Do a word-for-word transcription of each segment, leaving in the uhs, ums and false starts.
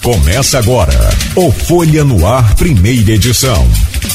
Começa agora o Folha no Ar, primeira edição.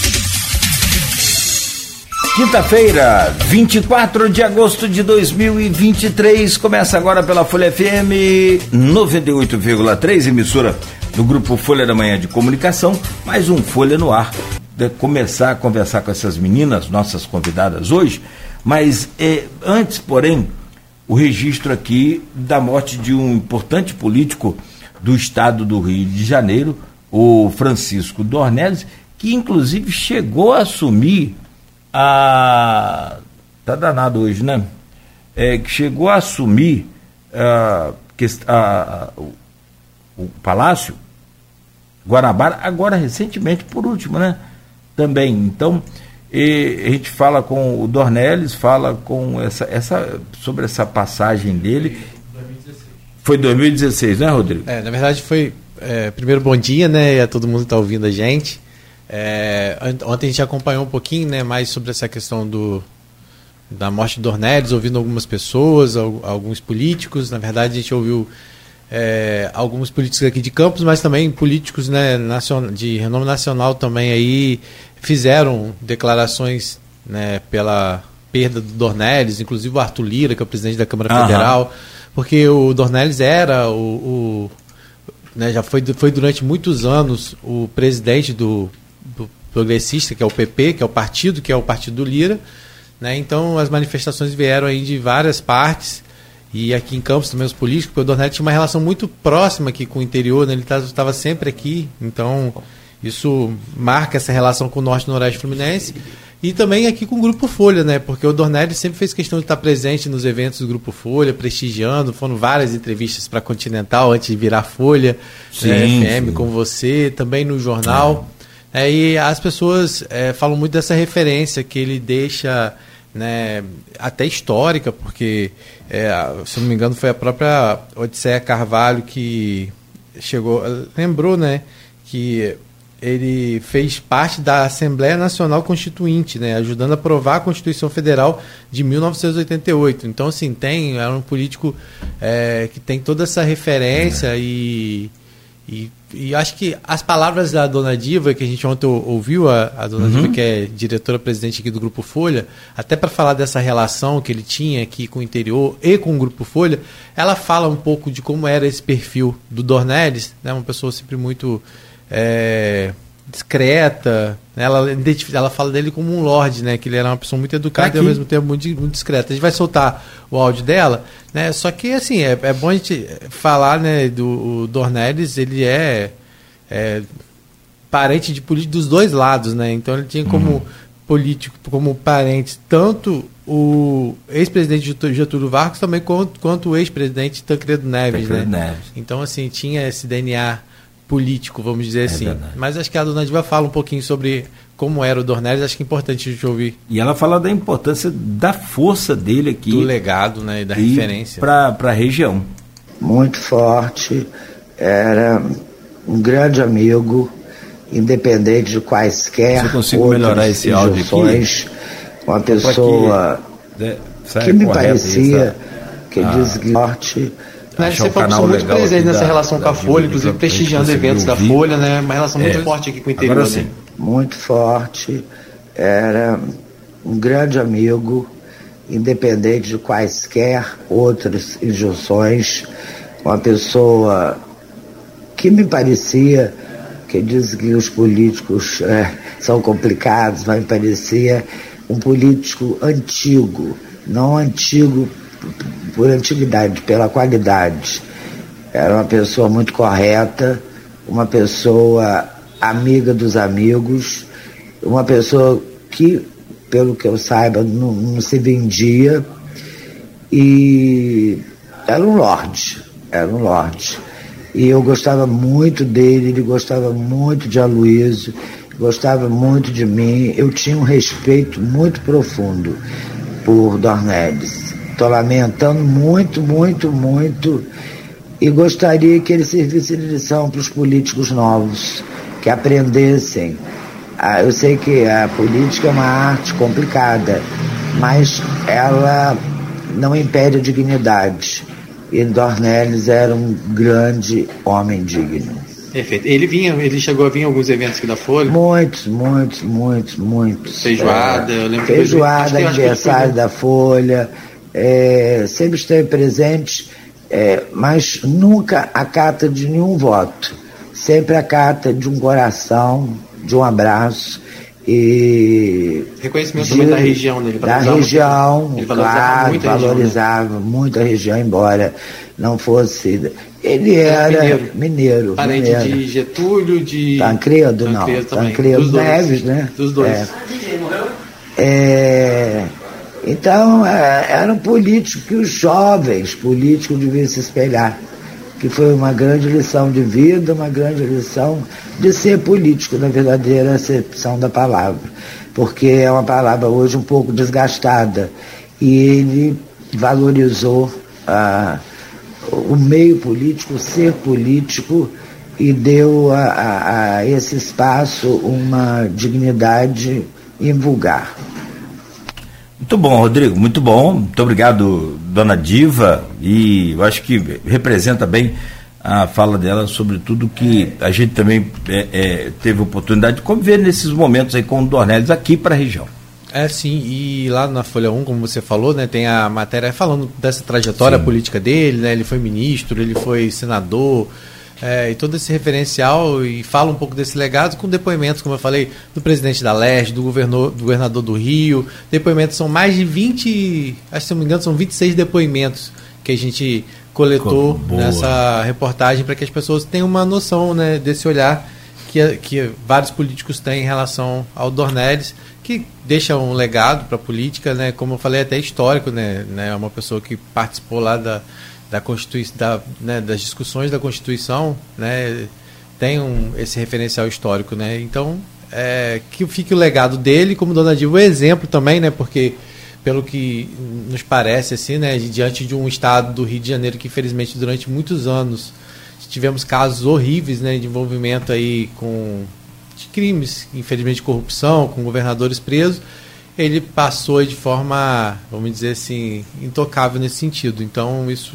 Quinta-feira, vinte e quatro de agosto de dois mil e vinte e três, começa agora pela Folha F M noventa e oito vírgula três, emissora do Grupo Folha da Manhã de Comunicação, mais um Folha no Ar. De começar a conversar com essas meninas, nossas convidadas hoje, mas é, antes, porém, o registro aqui da morte de um importante político do estado do Rio de Janeiro, o Francisco Dornelles, que inclusive chegou a assumir a... tá danado hoje, né? É, que chegou a assumir a, a, a, o, o Palácio Guanabara, agora recentemente, por último, né? Também. Então, e, a gente fala com o Dornelles, fala com essa, essa, sobre essa passagem dele. dois mil e dezesseis. Foi dois mil e dezesseis, né, Rodrigo? É, na verdade foi, é, primeiro bom dia, né, e a todo mundo que está ouvindo a gente. É, ontem a gente acompanhou um pouquinho, né, mais sobre essa questão do, da morte do Dornelles, ouvindo algumas pessoas, alguns políticos. Na verdade, a gente ouviu é, alguns políticos aqui de Campos, mas também políticos, né, nacional, de renome nacional também aí fizeram declarações, né, pela perda do Dornelles, inclusive o Arthur Lira, que é o presidente da Câmara Aham. Federal, porque o Dornelles era o, o né, já foi, foi durante muitos anos o presidente do do progressista, que é o P P, que é o partido, que é o partido do Lira, né? Então as manifestações vieram aí de várias partes, e aqui em Campos também os políticos, porque o Dornelles tinha uma relação muito próxima aqui com o interior, né? Ele estava sempre aqui, então isso marca essa relação com o Norte e Noroeste Fluminense, e também aqui com o Grupo Folha, né? Porque o Dornelles sempre fez questão de estar presente nos eventos do Grupo Folha, prestigiando, foram várias entrevistas para a Continental antes de virar Folha, sim, né? sim. F M com você, também no jornal. É. É, e as pessoas é, falam muito dessa referência que ele deixa, né, até histórica, porque, é, se não me engano, foi a própria Odisseia Carvalho que chegou, lembrou, né, que ele fez parte da Assembleia Nacional Constituinte, né, ajudando a aprovar a Constituição Federal de mil novecentos e oitenta e oito. Então, assim, tem, é um político é, que tem toda essa referência é. e... E, e acho que as palavras da dona Diva, que a gente ontem ouviu, a, a dona uhum. Diva, que é diretora-presidente aqui do Grupo Folha, até para falar dessa relação que ele tinha aqui com o interior e com o Grupo Folha, ela fala um pouco de como era esse perfil do Dornelles, né, uma pessoa sempre muito é, discreta, né, ela, ela fala dele como um lorde, né, que ele era uma pessoa muito educada e ao mesmo tempo muito, muito discreta. A gente vai soltar o áudio dela, né, só que assim, é, é bom a gente falar, né, do o Dornelles, ele é, é parente de político dos dois lados, né, então ele tinha como uhum. político, como parentes, tanto o ex-presidente Getúlio Vargas também quanto, quanto o ex-presidente Tancredo Neves, Tancredo né, Neves. Então assim, tinha esse D N A político, vamos dizer é assim. Verdade. Mas acho que a dona Diva fala um pouquinho sobre como era o Dornelles, acho que é importante a gente ouvir. E ela fala da importância da força dele aqui. Do legado, né, e da e referência. Para a região. Muito forte, era um grande amigo, independente de quaisquer Se eu consigo melhorar esse áudio aqui. Uma pessoa que, que me parecia, essa... que ah. diz que forte. Né, ele sempre foi muito presente nessa da, relação com a Folha, inclusive prestigiando eventos da Folha, né? Uma relação muito é. forte aqui com o interior. Agora, né? Muito forte, era um grande amigo, independente de quaisquer outras injunções, uma pessoa que me parecia, que diz que os políticos é, são complicados, mas me parecia um político antigo, não antigo por antiguidade, pela qualidade. Era uma pessoa muito correta, uma pessoa amiga dos amigos, uma pessoa que, pelo que eu saiba, não, não se vendia, e era um lorde, era um lorde. E eu gostava muito dele, ele gostava muito de Aloysio, gostava muito de mim, eu tinha um respeito muito profundo por Dornelles. Estou lamentando muito, muito, muito, e gostaria que ele servisse de lição para os políticos novos, que aprendessem. Ah, eu sei que a política é uma arte complicada, mas ela não impede a dignidade. E Dornelles era um grande homem digno. Perfeito. Ele vinha, ele chegou a vir em alguns eventos aqui da Folha? Muitos, muitos, muitos, muitos. Feijoada, é, eu lembro. Feijoada, que aniversário da Folha, é, sempre esteve presente, é, mas nunca a carta de nenhum voto. Sempre a carta de um coração, de um abraço. E reconhecimento de, também da região dele. Da região, muito, claro, muito valorizava região, né? muito a região, embora não fosse... Ele era mineiro, mineiro parente mineiro. De Getúlio, de... Tancredo, Tancredo não, também. Tancredo Neves, né? Dos dois. É. É, então, é, era um político que os jovens políticos deviam se espelhar, que foi uma grande lição de vida, uma grande lição de ser político, na verdadeira acepção da palavra, porque é uma palavra hoje um pouco desgastada, e ele valorizou a, o meio político, o ser político, e deu a, a, a esse espaço uma dignidade invulgar. Muito bom, Rodrigo, muito bom. Muito obrigado, dona Diva, e eu acho que representa bem a fala dela sobre tudo que a gente também é, é, teve oportunidade de conviver nesses momentos aí com o Dornelles aqui para a região. É, sim, e lá na Folha um, como você falou, né, tem a matéria falando dessa trajetória sim. política dele, né, ele foi ministro, ele foi senador, é, e todo esse referencial, e fala um pouco desse legado com depoimentos, como eu falei, do presidente da Leste, do, governor, do governador do Rio. Depoimentos são mais de vinte, acho que se não me engano, são vinte e seis depoimentos que a gente coletou nessa reportagem, para que as pessoas tenham uma noção, né, desse olhar que, que vários políticos têm em relação ao Dornelles, que deixa um legado para a política, né, como eu falei, até histórico, né, né, uma pessoa que participou lá da da Constituição, da, né, das discussões da Constituição, né, tem um, esse referencial histórico, né, então é, que fique o legado dele, como dona Diva, o exemplo também, né, porque pelo que nos parece, assim, né, diante de um estado do Rio de Janeiro que infelizmente durante muitos anos tivemos casos horríveis, né, de envolvimento aí com de crimes, infelizmente de corrupção, com governadores presos, ele passou de forma, vamos dizer assim, intocável nesse sentido, então isso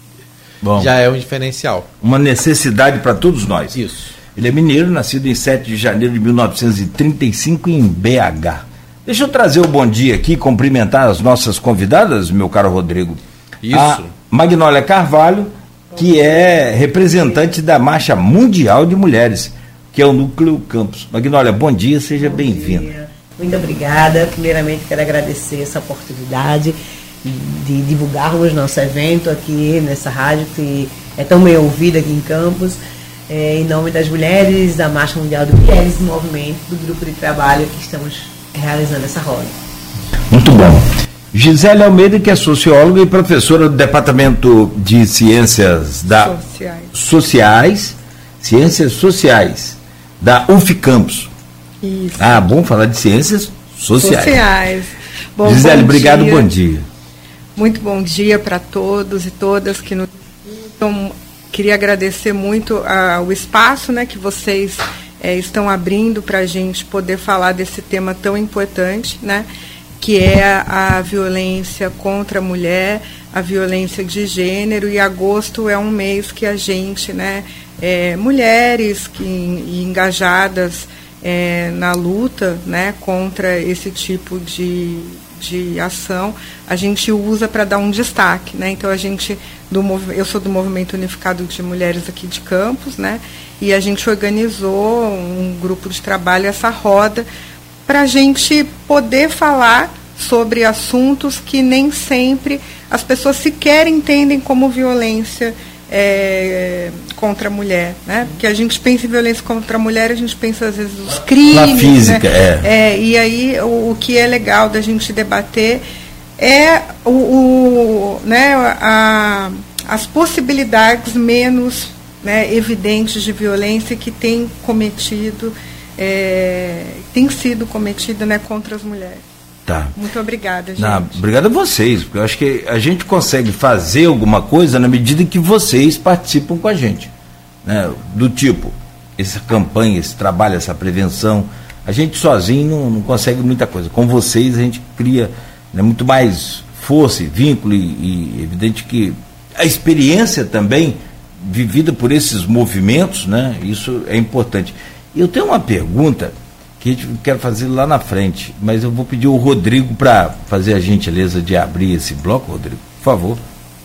Bom, já é um diferencial. Uma necessidade para todos nós. Isso. Ele é mineiro, nascido em sete de janeiro de mil novecentos e trinta e cinco em B H. Deixa eu trazer o bom dia aqui, cumprimentar as nossas convidadas, meu caro Rodrigo. Isso. A Magnólia Carvalho, que é representante da Marcha Mundial de Mulheres, que é o Núcleo Campos. Magnólia, bom dia, seja bem-vinda. Muito obrigada. Primeiramente, quero agradecer essa oportunidade de divulgarmos nosso evento aqui nessa rádio, que é tão bem ouvida aqui em Campos, é, em nome das mulheres, da Marcha Mundial de Mulheres, do movimento, do grupo de trabalho que estamos realizando essa roda. Muito bom. Gisele Almeida, que é socióloga e professora do Departamento de Ciências da Sociais, Sociais Ciências Sociais, da U F Campos. Isso. Ah, bom falar de ciências sociais. Sociais. Bom, Gisele, bom obrigado, dia. bom dia. Muito bom dia para todos e todas que nos então, queria agradecer muito ah, o espaço, né, que vocês eh, estão abrindo para a gente poder falar desse tema tão importante, né, que é a, a violência contra a mulher, a violência de gênero, e agosto é um mês que a gente, né, é, mulheres que, engajadas É, na luta, né, contra esse tipo de, de ação, a gente usa para dar um destaque, né? Então a gente do eu sou do Movimento Unificado de Mulheres aqui de Campos, né? E a gente organizou um grupo de trabalho, essa roda, para a gente poder falar sobre assuntos que nem sempre as pessoas sequer entendem como violência É, contra a mulher, né? Porque a gente pensa em violência contra a mulher, a gente pensa às vezes nos crimes, na física, né? é. é. E aí o, o que é legal da gente debater é o, o né, a, as possibilidades menos, né, evidentes de violência que tem cometido, é, tem sido cometida, né, contra as mulheres. Tá. Muito obrigada, gente. Não, obrigado a vocês, porque eu acho que a gente consegue fazer alguma coisa na medida que vocês participam com a gente, né? Do tipo, essa campanha, esse trabalho, essa prevenção, a gente sozinho não, não consegue muita coisa. Com vocês a gente cria, né, muito mais força e vínculo, e, e evidente que a experiência também vivida por esses movimentos, né? Isso é importante. Eu tenho uma pergunta que eu quero fazer lá na frente, mas eu vou pedir o Rodrigo para fazer a gentileza de abrir esse bloco, Rodrigo, por favor.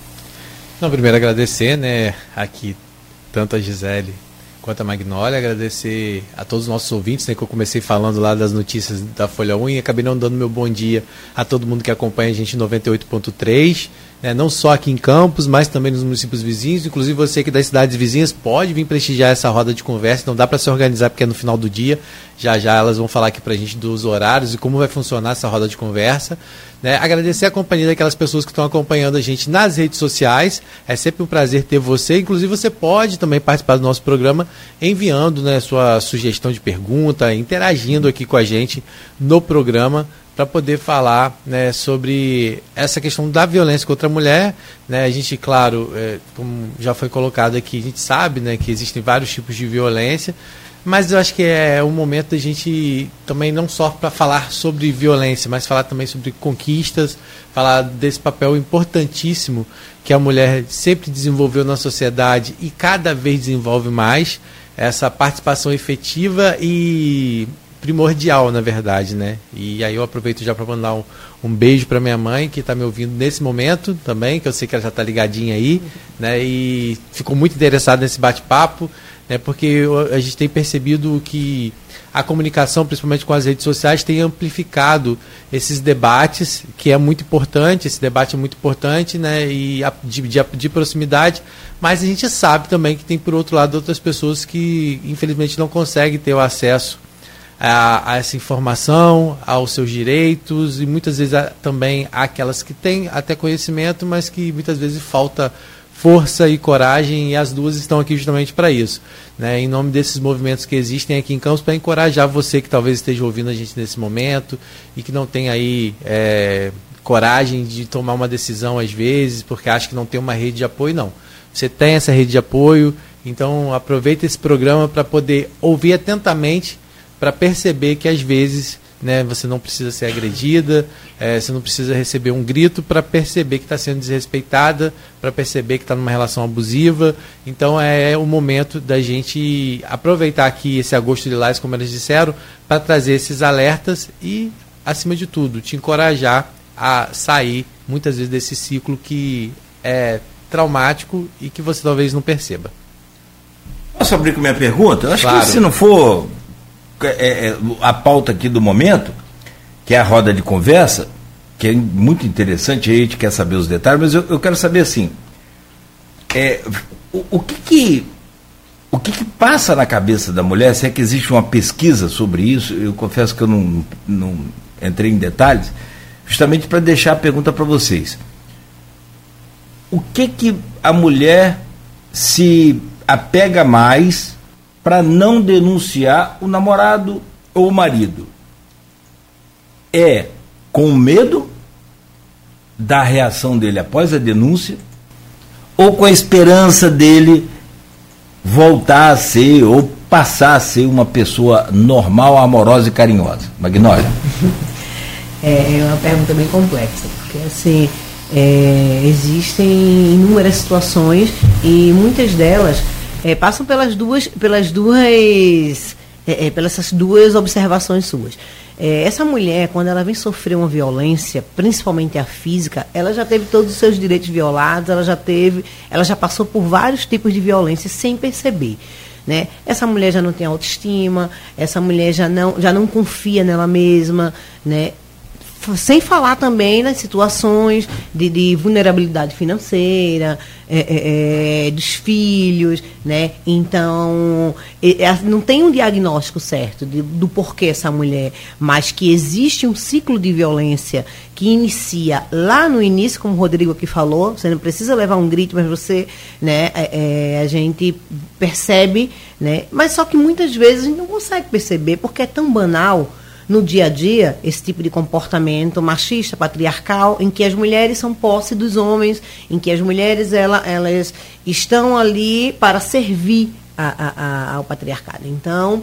Não, primeiro agradecer, né, aqui tanto a Gisele quanto a Magnólia, agradecer a todos os nossos ouvintes, né, que eu comecei falando lá das notícias da Folha um e acabei não dando meu bom dia a todo mundo que acompanha a gente em noventa e oito ponto três, né, não só aqui em Campos, mas também nos municípios vizinhos, inclusive você que das cidades vizinhas pode vir prestigiar essa roda de conversa, não dá para se organizar porque é no final do dia, já já elas vão falar aqui para a gente dos horários e como vai funcionar essa roda de conversa. Né, agradecer a companhia daquelas pessoas que estão acompanhando a gente nas redes sociais, é sempre um prazer ter você, inclusive você pode também participar do nosso programa enviando, né, sua sugestão de pergunta, interagindo aqui com a gente no programa para poder falar, né, sobre essa questão da violência contra a mulher. Né, a gente, claro, é, como já foi colocado aqui, a gente sabe, né, que existem vários tipos de violência, mas eu acho que é o momento da gente também não só para falar sobre violência, mas falar também sobre conquistas, falar desse papel importantíssimo que a mulher sempre desenvolveu na sociedade e cada vez desenvolve mais, essa participação efetiva e primordial, na verdade, né? E aí eu aproveito já para mandar um, um beijo para minha mãe, que está me ouvindo nesse momento também, que eu sei que ela já está ligadinha aí, né? E ficou muito interessada nesse bate-papo, né? Porque a gente tem percebido que a comunicação, principalmente com as redes sociais, tem amplificado esses debates, que é muito importante, esse debate é muito importante, né? E a, de, de, de proximidade, mas a gente sabe também que tem, por outro lado, outras pessoas que, infelizmente, não conseguem ter o acesso A, a essa informação, aos seus direitos e muitas vezes a, também aquelas que têm até conhecimento, mas que muitas vezes falta força e coragem, e as duas estão aqui justamente para isso, né? Em nome desses movimentos que existem aqui em Campos, para encorajar você que talvez esteja ouvindo a gente nesse momento e que não tem aí é, coragem de tomar uma decisão às vezes, porque acha que não tem uma rede de apoio. Não, você tem essa rede de apoio, então aproveita esse programa para poder ouvir atentamente, para perceber que às vezes, né, você não precisa ser agredida, é, você não precisa receber um grito para perceber que está sendo desrespeitada, para perceber que está numa relação abusiva. Então é o momento da gente aproveitar aqui esse agosto lilás, como eles disseram, para trazer esses alertas e, acima de tudo, te encorajar a sair muitas vezes desse ciclo que é traumático e que você talvez não perceba. Posso abrir com minha pergunta? Eu acho Claro. que se não for É, é, a pauta aqui do momento, que é a roda de conversa, que é muito interessante, aí a gente quer saber os detalhes, mas eu, eu quero saber assim, é, o, o, que que, o que que passa na cabeça da mulher, se é que existe uma pesquisa sobre isso. Eu confesso que eu não, não entrei em detalhes, justamente para deixar a pergunta para vocês. O que que a mulher se apega mais para não denunciar o namorado ou o marido? É com medo da reação dele após a denúncia, ou com a esperança dele voltar a ser ou passar a ser uma pessoa normal, amorosa e carinhosa? Magnólia. É uma pergunta bem complexa, porque assim, é, existem inúmeras situações e muitas delas É, passam pelas duas, pelas duas, é, é, pelas essas duas observações suas. É, essa mulher, quando ela vem sofrer uma violência, principalmente a física, ela já teve todos os seus direitos violados, ela já teve, ela já passou por vários tipos de violência sem perceber, né? Essa mulher já não tem autoestima, essa mulher já não, já não confia nela mesma, né? Sem falar também nas situações de, de vulnerabilidade financeira, é, é, é, dos filhos, né? Então, é, não tem um diagnóstico certo de, do porquê essa mulher, mas que existe um ciclo de violência que inicia lá no início, como o Rodrigo aqui falou. Você não precisa levar um grito, mas você, né, é, é, a gente percebe, né? Mas só que muitas vezes a gente não consegue perceber, porque é tão banal no dia a dia, esse tipo de comportamento machista, patriarcal, em que as mulheres são posse dos homens, em que as mulheres ela, elas estão ali para servir a, a, a, ao patriarcado. Então,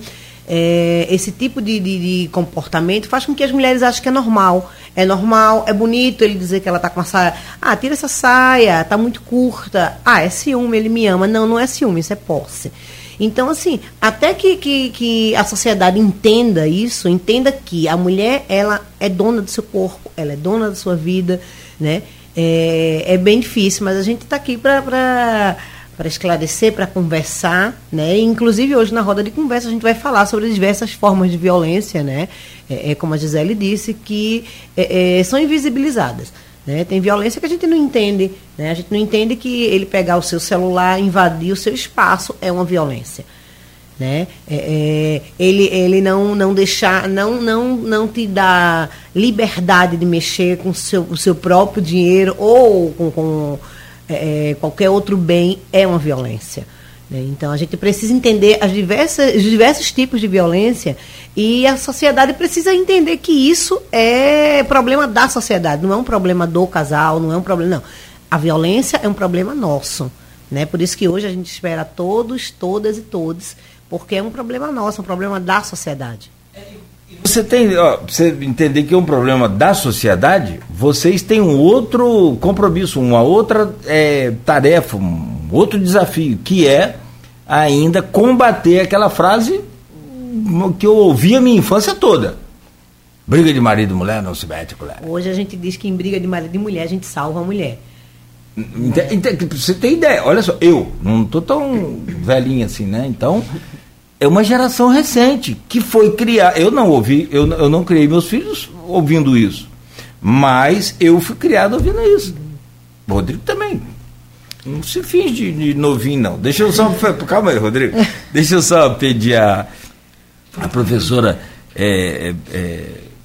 é, esse tipo de, de, de comportamento faz com que as mulheres achem que é normal. É normal, é bonito ele dizer que ela está com a saia. Ah, tira essa saia, está muito curta. Ah, é ciúme, ele me ama. Não, não é ciúme, isso é posse. Então, assim, até que, que, que a sociedade entenda isso, entenda que a mulher, ela é dona do seu corpo, ela é dona da sua vida, né? É, é bem difícil, mas a gente está aqui para esclarecer, para conversar, né? E, inclusive, hoje, na roda de conversa, a gente vai falar sobre as diversas formas de violência, né? É, é como a Gisele disse, que é, é, são invisibilizadas. Né? Tem violência que a gente não entende, né? A gente não entende que ele pegar o seu celular, invadir o seu espaço é uma violência, né? É, é, ele ele não, não deixar, não, não, não te dá liberdade de mexer com o seu, o seu próprio dinheiro ou com, com é, qualquer outro bem é uma violência. Então, a gente precisa entender as diversas, os diversos tipos de violência e a sociedade precisa entender que isso é problema da sociedade, não é um problema do casal, não é um problema, não. A violência é um problema nosso, né? Por isso que hoje a gente espera todos, todas e todos, porque é um problema nosso, um problema da sociedade. Você tem, ó, você entender que é um problema da sociedade, vocês têm um outro compromisso, uma outra é, tarefa, um outro desafio, que é ainda combater aquela frase que eu ouvi a minha infância toda. Briga de marido e mulher não se mete com mulher. Hoje a gente diz que em briga de marido e mulher a gente salva a mulher. Você tem ideia, olha só, eu não estou tão velhinho assim, né? Então, é uma geração recente que foi criar. Eu não ouvi, eu, eu não criei meus filhos ouvindo isso, mas eu fui criado ouvindo isso. O Rodrigo também. Não se finge de, de novinho, não. Deixa eu só. Calma aí, Rodrigo. Deixa eu só pedir a, a professora é, é,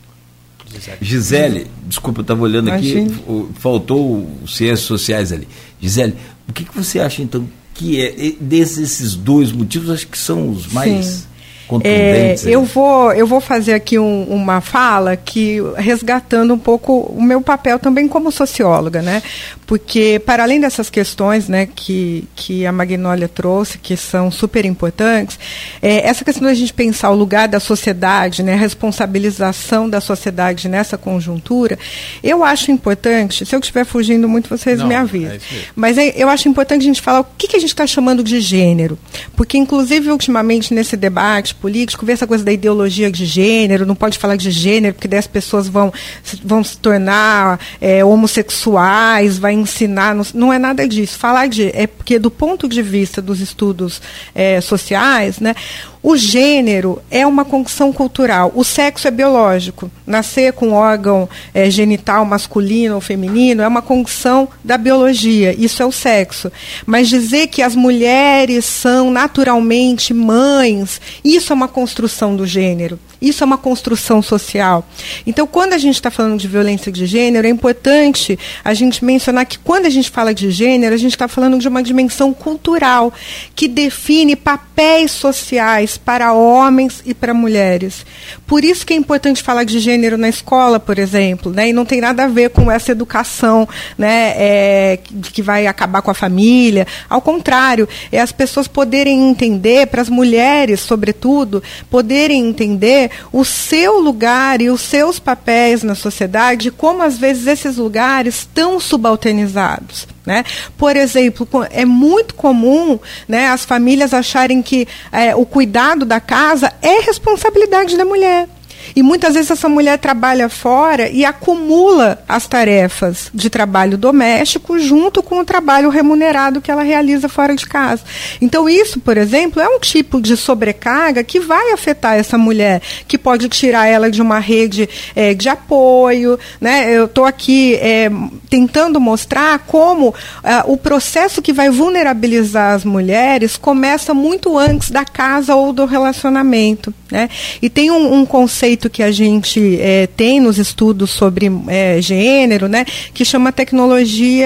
Gisele. Desculpa, eu estava olhando aqui, faltou os Ciências Sociais ali. Gisele, o que, que você acha, então, que é desses dois motivos, acho que são os mais Sim. contundentes? É, eu, vou, eu vou fazer aqui um, uma fala que, resgatando um pouco o meu papel também como socióloga, né? Porque, para além dessas questões, né, que, que a Magnólia trouxe, que são super importantes, é, essa questão da gente pensar o lugar da sociedade, né, a responsabilização da sociedade nessa conjuntura, eu acho importante, se eu estiver fugindo muito, vocês Não, me avisam, é mas é, eu acho importante a gente falar o que, que a gente está chamando de gênero, porque, inclusive, ultimamente, nesse debate político, vê essa coisa da ideologia de gênero, não pode falar de gênero, porque daí as pessoas vão, vão se tornar é, homossexuais, vai ensinar, não, não é nada disso. Falar de, é porque do ponto de vista dos estudos é, sociais, né, o gênero é uma construção cultural. O sexo é biológico. Nascer com órgão é, genital masculino ou feminino é uma construção da biologia. Isso é o sexo. Mas dizer que as mulheres são naturalmente mães, isso é uma construção do gênero. Isso é uma construção social. Então, quando a gente está falando de violência de gênero, é importante a gente mencionar que quando a gente fala de gênero, a gente está falando de uma dimensão cultural que define papéis sociais para homens e para mulheres. Por isso que é importante falar de gênero na escola, por exemplo, né? E não tem nada a ver com essa educação, né, é, que vai acabar com a família. Ao contrário, é as pessoas poderem entender, para as mulheres, sobretudo, poderem entender o seu lugar e os seus papéis na sociedade, como às vezes esses lugares estão subalternizados. Né? Por exemplo, é muito comum, né, as famílias acharem que é, o cuidado da casa é responsabilidade da mulher. E muitas vezes essa mulher trabalha fora e acumula as tarefas de trabalho doméstico junto com o trabalho remunerado que ela realiza fora de casa. Então isso, por exemplo, é um tipo de sobrecarga que vai afetar essa mulher, que pode tirar ela de uma rede é, de apoio. Né? Eu estou aqui é, tentando mostrar como é, o processo que vai vulnerabilizar as mulheres começa muito antes da casa ou do relacionamento. Né? E tem um, um conceito que a gente é, tem nos estudos sobre é, gênero, né, que chama tecnologia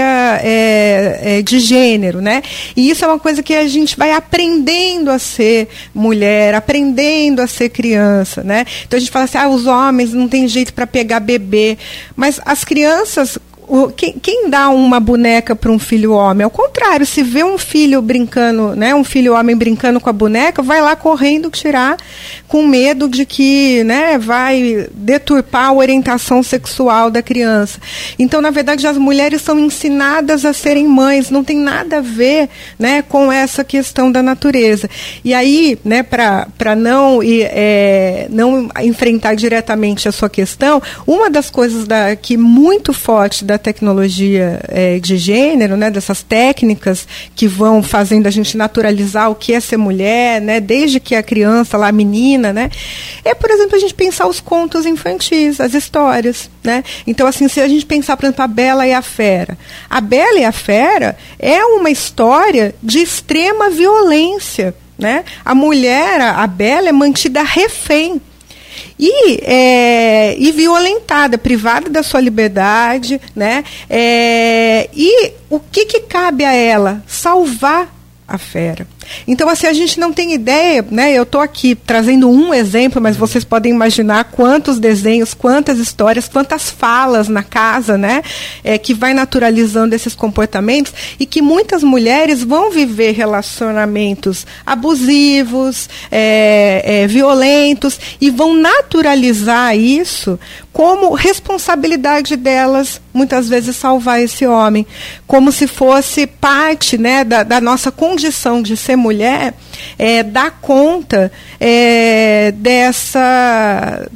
é, é, de gênero, né? E isso é uma coisa que a gente vai aprendendo a ser mulher, aprendendo a ser criança, né? Então a gente fala assim, ah, os homens não tem jeito para pegar bebê, mas as crianças o, quem, quem dá uma boneca para um filho homem? Ao contrário, se vê um filho brincando, né, um filho homem brincando com a boneca, vai lá correndo tirar, com medo de que, né, vai deturpar a orientação sexual da criança. Então, na verdade, as mulheres são ensinadas a serem mães, não tem nada a ver, né, com essa questão da natureza. E aí, né, para não, é, não enfrentar diretamente a sua questão, uma das coisas da, que muito forte da tecnologia é, de gênero, né, dessas técnicas que vão fazendo a gente naturalizar o que é ser mulher, né, desde que a criança, lá, a menina, né, é, por exemplo, a gente pensar os contos infantis, as histórias, né. Então, assim, se a gente pensar, por exemplo, a Bela e a Fera, a Bela e a Fera é uma história de extrema violência, né. A mulher, a Bela, é mantida refém E, é, e violentada, privada da sua liberdade, né? É, e o que, que cabe a ela? Salvar a fera. Então, assim, a gente não tem ideia, né? Eu estou aqui trazendo um exemplo, mas vocês podem imaginar quantos desenhos, quantas histórias, quantas falas na casa, né? É, que vai naturalizando esses comportamentos e que muitas mulheres vão viver relacionamentos abusivos, é, é, violentos, e vão naturalizar isso como responsabilidade delas, muitas vezes, salvar esse homem, como se fosse parte, né, da, da nossa condição de ser mulher, é, dar conta é, dessa,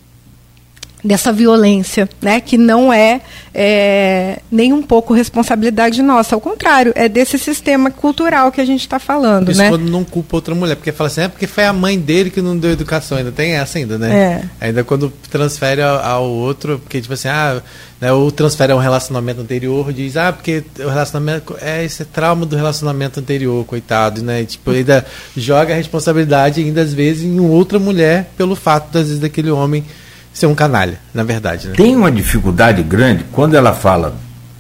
dessa violência, né, que não é, é nem um pouco responsabilidade nossa, ao contrário, é desse sistema cultural que a gente está falando. Isso, né? Quando não culpa outra mulher, porque fala assim, é porque foi a mãe dele que não deu educação, ainda tem essa ainda, né? É. Ainda quando transfere ao, ao outro, porque tipo assim, ah, né, ou transfere a um relacionamento anterior, diz, ah, porque o relacionamento, é esse trauma do relacionamento anterior, coitado, né? E, tipo, ainda joga a responsabilidade ainda às vezes em outra mulher pelo fato, às vezes, daquele homem ser um canalha, na verdade. Né? Tem uma dificuldade grande quando ela fala,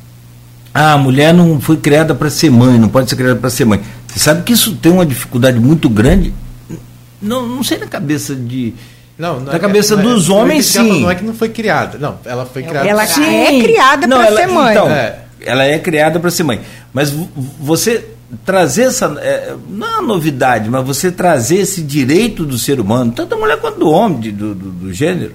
ah, a mulher não foi criada para ser mãe, não pode ser criada para ser mãe. Você sabe que isso tem uma dificuldade muito grande? Não, não sei na cabeça de... Não, não na é, cabeça não é, dos não é, homens, não é, sim. Não é que não foi criada, não, ela foi criada... Ela pra... é criada para ser mãe. Então, é. ela é criada para ser mãe. Mas você trazer essa... É, não é uma novidade, mas você trazer esse direito do ser humano, tanto da mulher quanto do homem, de, do, do, do gênero,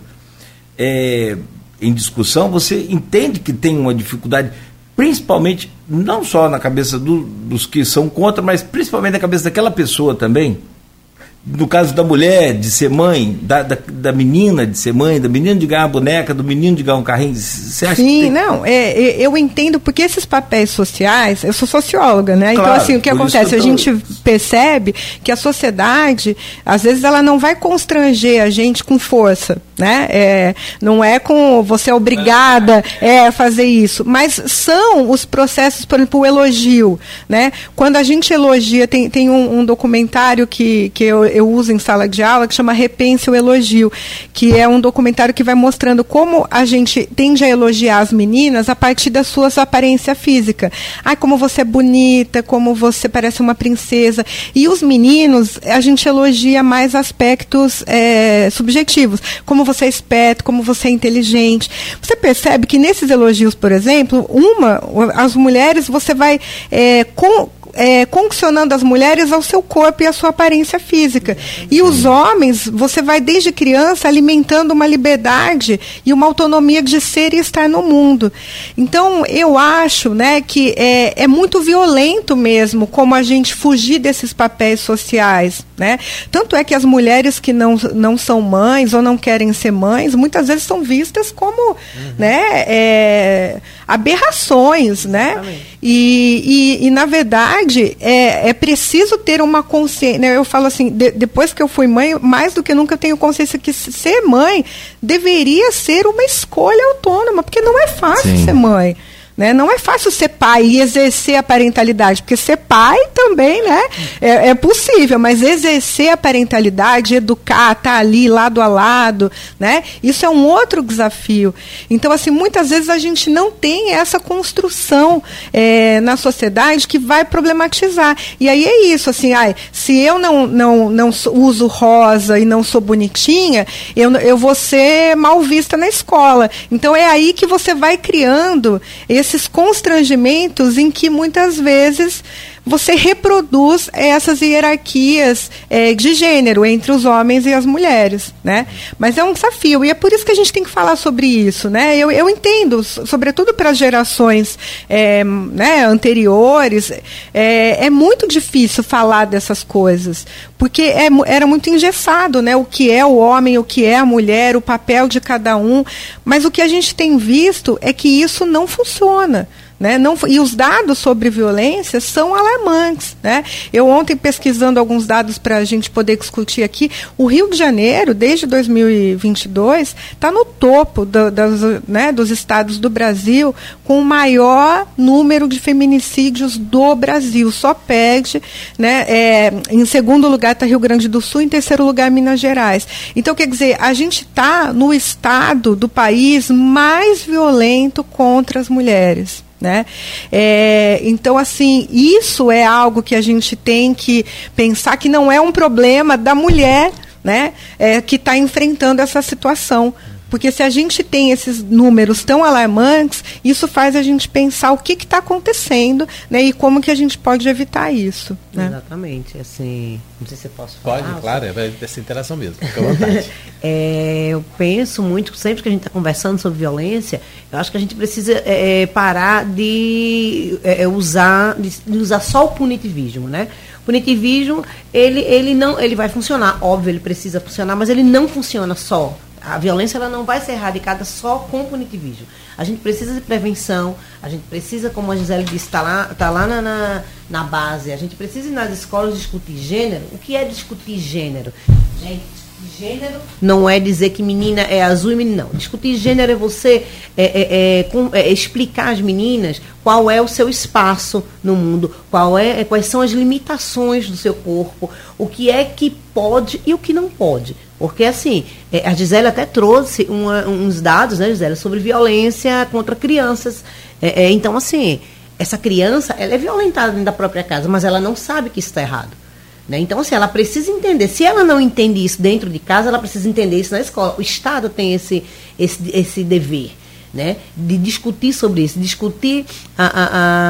é, em discussão, você entende que tem uma dificuldade, principalmente, não só na cabeça do, dos que são contra, mas principalmente na cabeça daquela pessoa também. No caso da mulher de ser mãe, da, da, da menina de ser mãe, da menina de ganhar uma boneca, do menino de ganhar um carrinho, você acha Sim, que tem... não, é, eu entendo porque esses papéis sociais, eu sou socióloga, né? Claro, então, assim, o que acontece? que a tô... gente percebe que a sociedade, às vezes, ela não vai constranger a gente com força, né? É, não é com você é obrigada é, a fazer isso, mas são os processos, por exemplo, o elogio, né? Quando a gente elogia, tem, tem um, um documentário que, que eu eu uso em sala de aula, que chama Repense o Elogio, que é um documentário que vai mostrando como a gente tende a elogiar as meninas a partir da sua aparência física. Ai, como você é bonita, como você parece uma princesa. E os meninos, a gente elogia mais aspectos é, subjetivos, como você é esperto, como você é inteligente. Você percebe que nesses elogios, por exemplo, uma, as mulheres, você vai é, com É, condicionando as mulheres ao seu corpo e à sua aparência física. E os homens, você vai desde criança alimentando uma liberdade e uma autonomia de ser e estar no mundo. Então, eu acho, né, que é, é muito violento mesmo como a gente fugir desses papéis sociais, né? Tanto é que as mulheres que não, não são mães ou não querem ser mães, muitas vezes são vistas como uhum. né, é, aberrações, né? E, e, e, na verdade, é, é preciso ter uma consciência, né? Eu falo assim, de, depois que eu fui mãe, mais do que nunca eu tenho consciência que ser mãe deveria ser uma escolha autônoma, porque não é fácil Sim. ser mãe. Né? Não é fácil ser pai e exercer a parentalidade, porque ser pai também, né? É, é possível, mas exercer a parentalidade, educar, estar tá ali lado a lado, né? Isso é um outro desafio. Então, assim, muitas vezes a gente não tem essa construção é, na sociedade que vai problematizar. E aí é isso, assim, ai, se eu não, não, não uso rosa e não sou bonitinha, eu, eu vou ser mal vista na escola. Então é aí que você vai criando esses constrangimentos em que muitas vezes você reproduz essas hierarquias é, de gênero entre os homens e as mulheres, né? Mas é um desafio, e é por isso que a gente tem que falar sobre isso, né? Eu, eu entendo, sobretudo para as gerações é, né, anteriores, é, é muito difícil falar dessas coisas, porque é, era muito engessado, né? O que é o homem, o que é a mulher, o papel de cada um, mas o que a gente tem visto é que isso não funciona. Né? Não, e os dados sobre violência são alarmantes. Né? Eu ontem, pesquisando alguns dados para a gente poder discutir aqui, o Rio de Janeiro, desde dois mil e vinte e dois, está no topo do, das, né, dos estados do Brasil com o maior número de feminicídios do Brasil. Só perde, né, é, em segundo lugar está Rio Grande do Sul, em terceiro lugar Minas Gerais. Então, quer dizer, a gente está no estado do país mais violento contra as mulheres. Né? É, então, assim, isso é algo que a gente tem que pensar que não é um problema da mulher, né, é, que está enfrentando essa situação. Porque se a gente tem esses números tão alarmantes, isso faz a gente pensar o que está acontecendo, né, e como que a gente pode evitar isso. Né? Exatamente. Assim, não sei se eu posso falar. Pode, claro, é dessa interação mesmo, fica à vontade. é, eu penso muito, sempre que a gente está conversando sobre violência, eu acho que a gente precisa é, parar de, é, usar, de, de usar só o punitivismo, né? O punitivismo, ele, ele, não, ele vai funcionar, óbvio, ele precisa funcionar, mas ele não funciona só. A violência ela não vai ser erradicada só com punitivismo. A gente precisa de prevenção, a gente precisa, como a Gisele disse, está lá, tá lá na, na, na base, a gente precisa ir nas escolas discutir gênero. O que é discutir gênero? Gente, gênero não é dizer que menina é azul e menina não. Discutir gênero é você é, é, é, com, é, explicar às meninas qual é o seu espaço no mundo, qual é, quais são as limitações do seu corpo, o que é que pode e o que não pode. Porque, assim, é, a Gisele até trouxe uma, uns dados, né, Gisele, sobre violência contra crianças. É, é, então, assim, essa criança, ela é violentada dentro da própria casa, mas ela não sabe que isso está errado. Né? Então, assim, ela precisa entender. Se ela não entende isso dentro de casa, ela precisa entender isso na escola. O Estado tem esse, esse, esse dever, né, de discutir sobre isso, discutir a, a,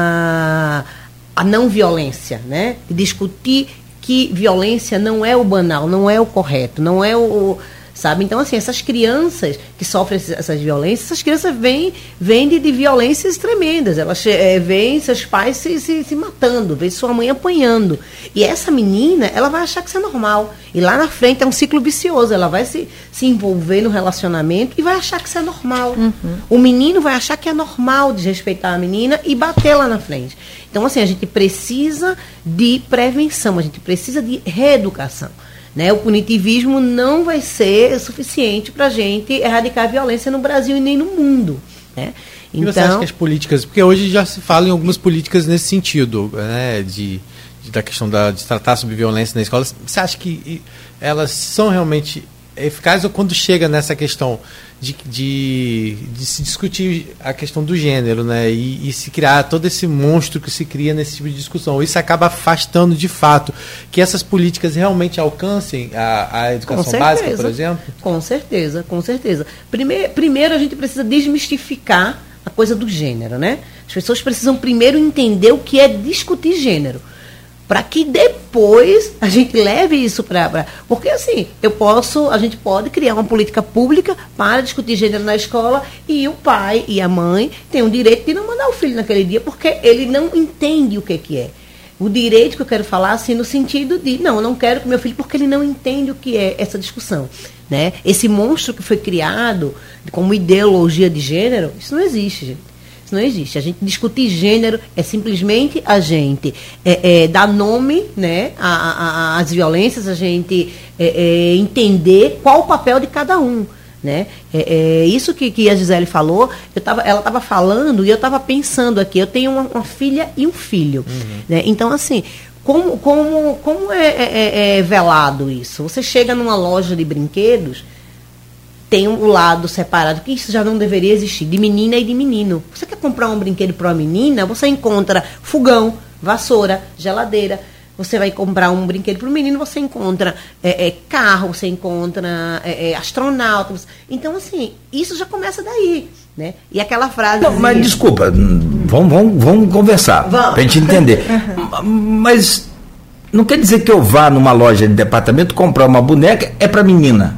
a, a não violência, né, de discutir que violência não é o banal, não é o correto, não é o... Sabe? Então, assim, essas crianças que sofrem essas violências, essas crianças vêm, vêm de, de violências tremendas. Elas é, veem seus pais se, se, se matando, veem sua mãe apanhando. E essa menina, ela vai achar que isso é normal. E lá na frente é um ciclo vicioso. Ela vai se, se envolver no relacionamento e vai achar que isso é normal. Uhum. O menino vai achar que é normal desrespeitar a menina e bater lá na frente. Então, assim, a gente precisa de prevenção, a gente precisa de reeducação. Né? O punitivismo não vai ser suficiente para a gente erradicar a violência no Brasil e nem no mundo. Né? Então, e você acha que as políticas... Porque hoje já se fala em algumas políticas nesse sentido, né? de, de, da questão da, de tratar sobre violência na escola. Você acha que elas são realmente eficazes ou quando chega nessa questão de, de, de se discutir a questão do gênero, né? E, e se criar todo esse monstro que se cria nesse tipo de discussão? Isso acaba afastando de fato que essas políticas realmente alcancem a, a educação básica, por exemplo? Com certeza, com certeza. Primeiro, primeiro a gente precisa desmistificar a coisa do gênero, né? As pessoas precisam primeiro entender o que é discutir gênero, para que depois a gente leve isso para... Porque, assim, eu posso, a gente pode criar uma política pública para discutir gênero na escola e o pai e a mãe têm o direito de não mandar o filho naquele dia porque ele não entende o que, que é. O direito que eu quero falar, assim, no sentido de, não, eu não quero que meu filho, porque ele não entende o que é essa discussão. Né? Esse monstro que foi criado como ideologia de gênero, isso não existe, gente. Não existe. A gente discutir gênero é simplesmente a gente é, é, dar nome, né, às violências, a gente é, é, entender qual o papel de cada um. Né? É, é, isso que, que a Gisele falou, eu tava, ela estava falando e eu estava pensando aqui, eu tenho uma, uma filha e um filho. Uhum. Né? Então, assim, como, como, como é, é, é velado isso? Você chega numa loja de brinquedos, tem um lado separado, que isso já não deveria existir, de menina e de menino. Você quer comprar um brinquedo para uma menina, você encontra fogão, vassoura, geladeira. Você vai comprar um brinquedo para o menino, você encontra é, é, carro, você encontra é, é, astronautas. Então, assim, isso já começa daí, né? E aquela frase... Não, mas desculpa, vamos, vamos, vamos conversar, para a gente entender. Mas não quer dizer que eu vá numa loja de departamento comprar uma boneca, é para menina.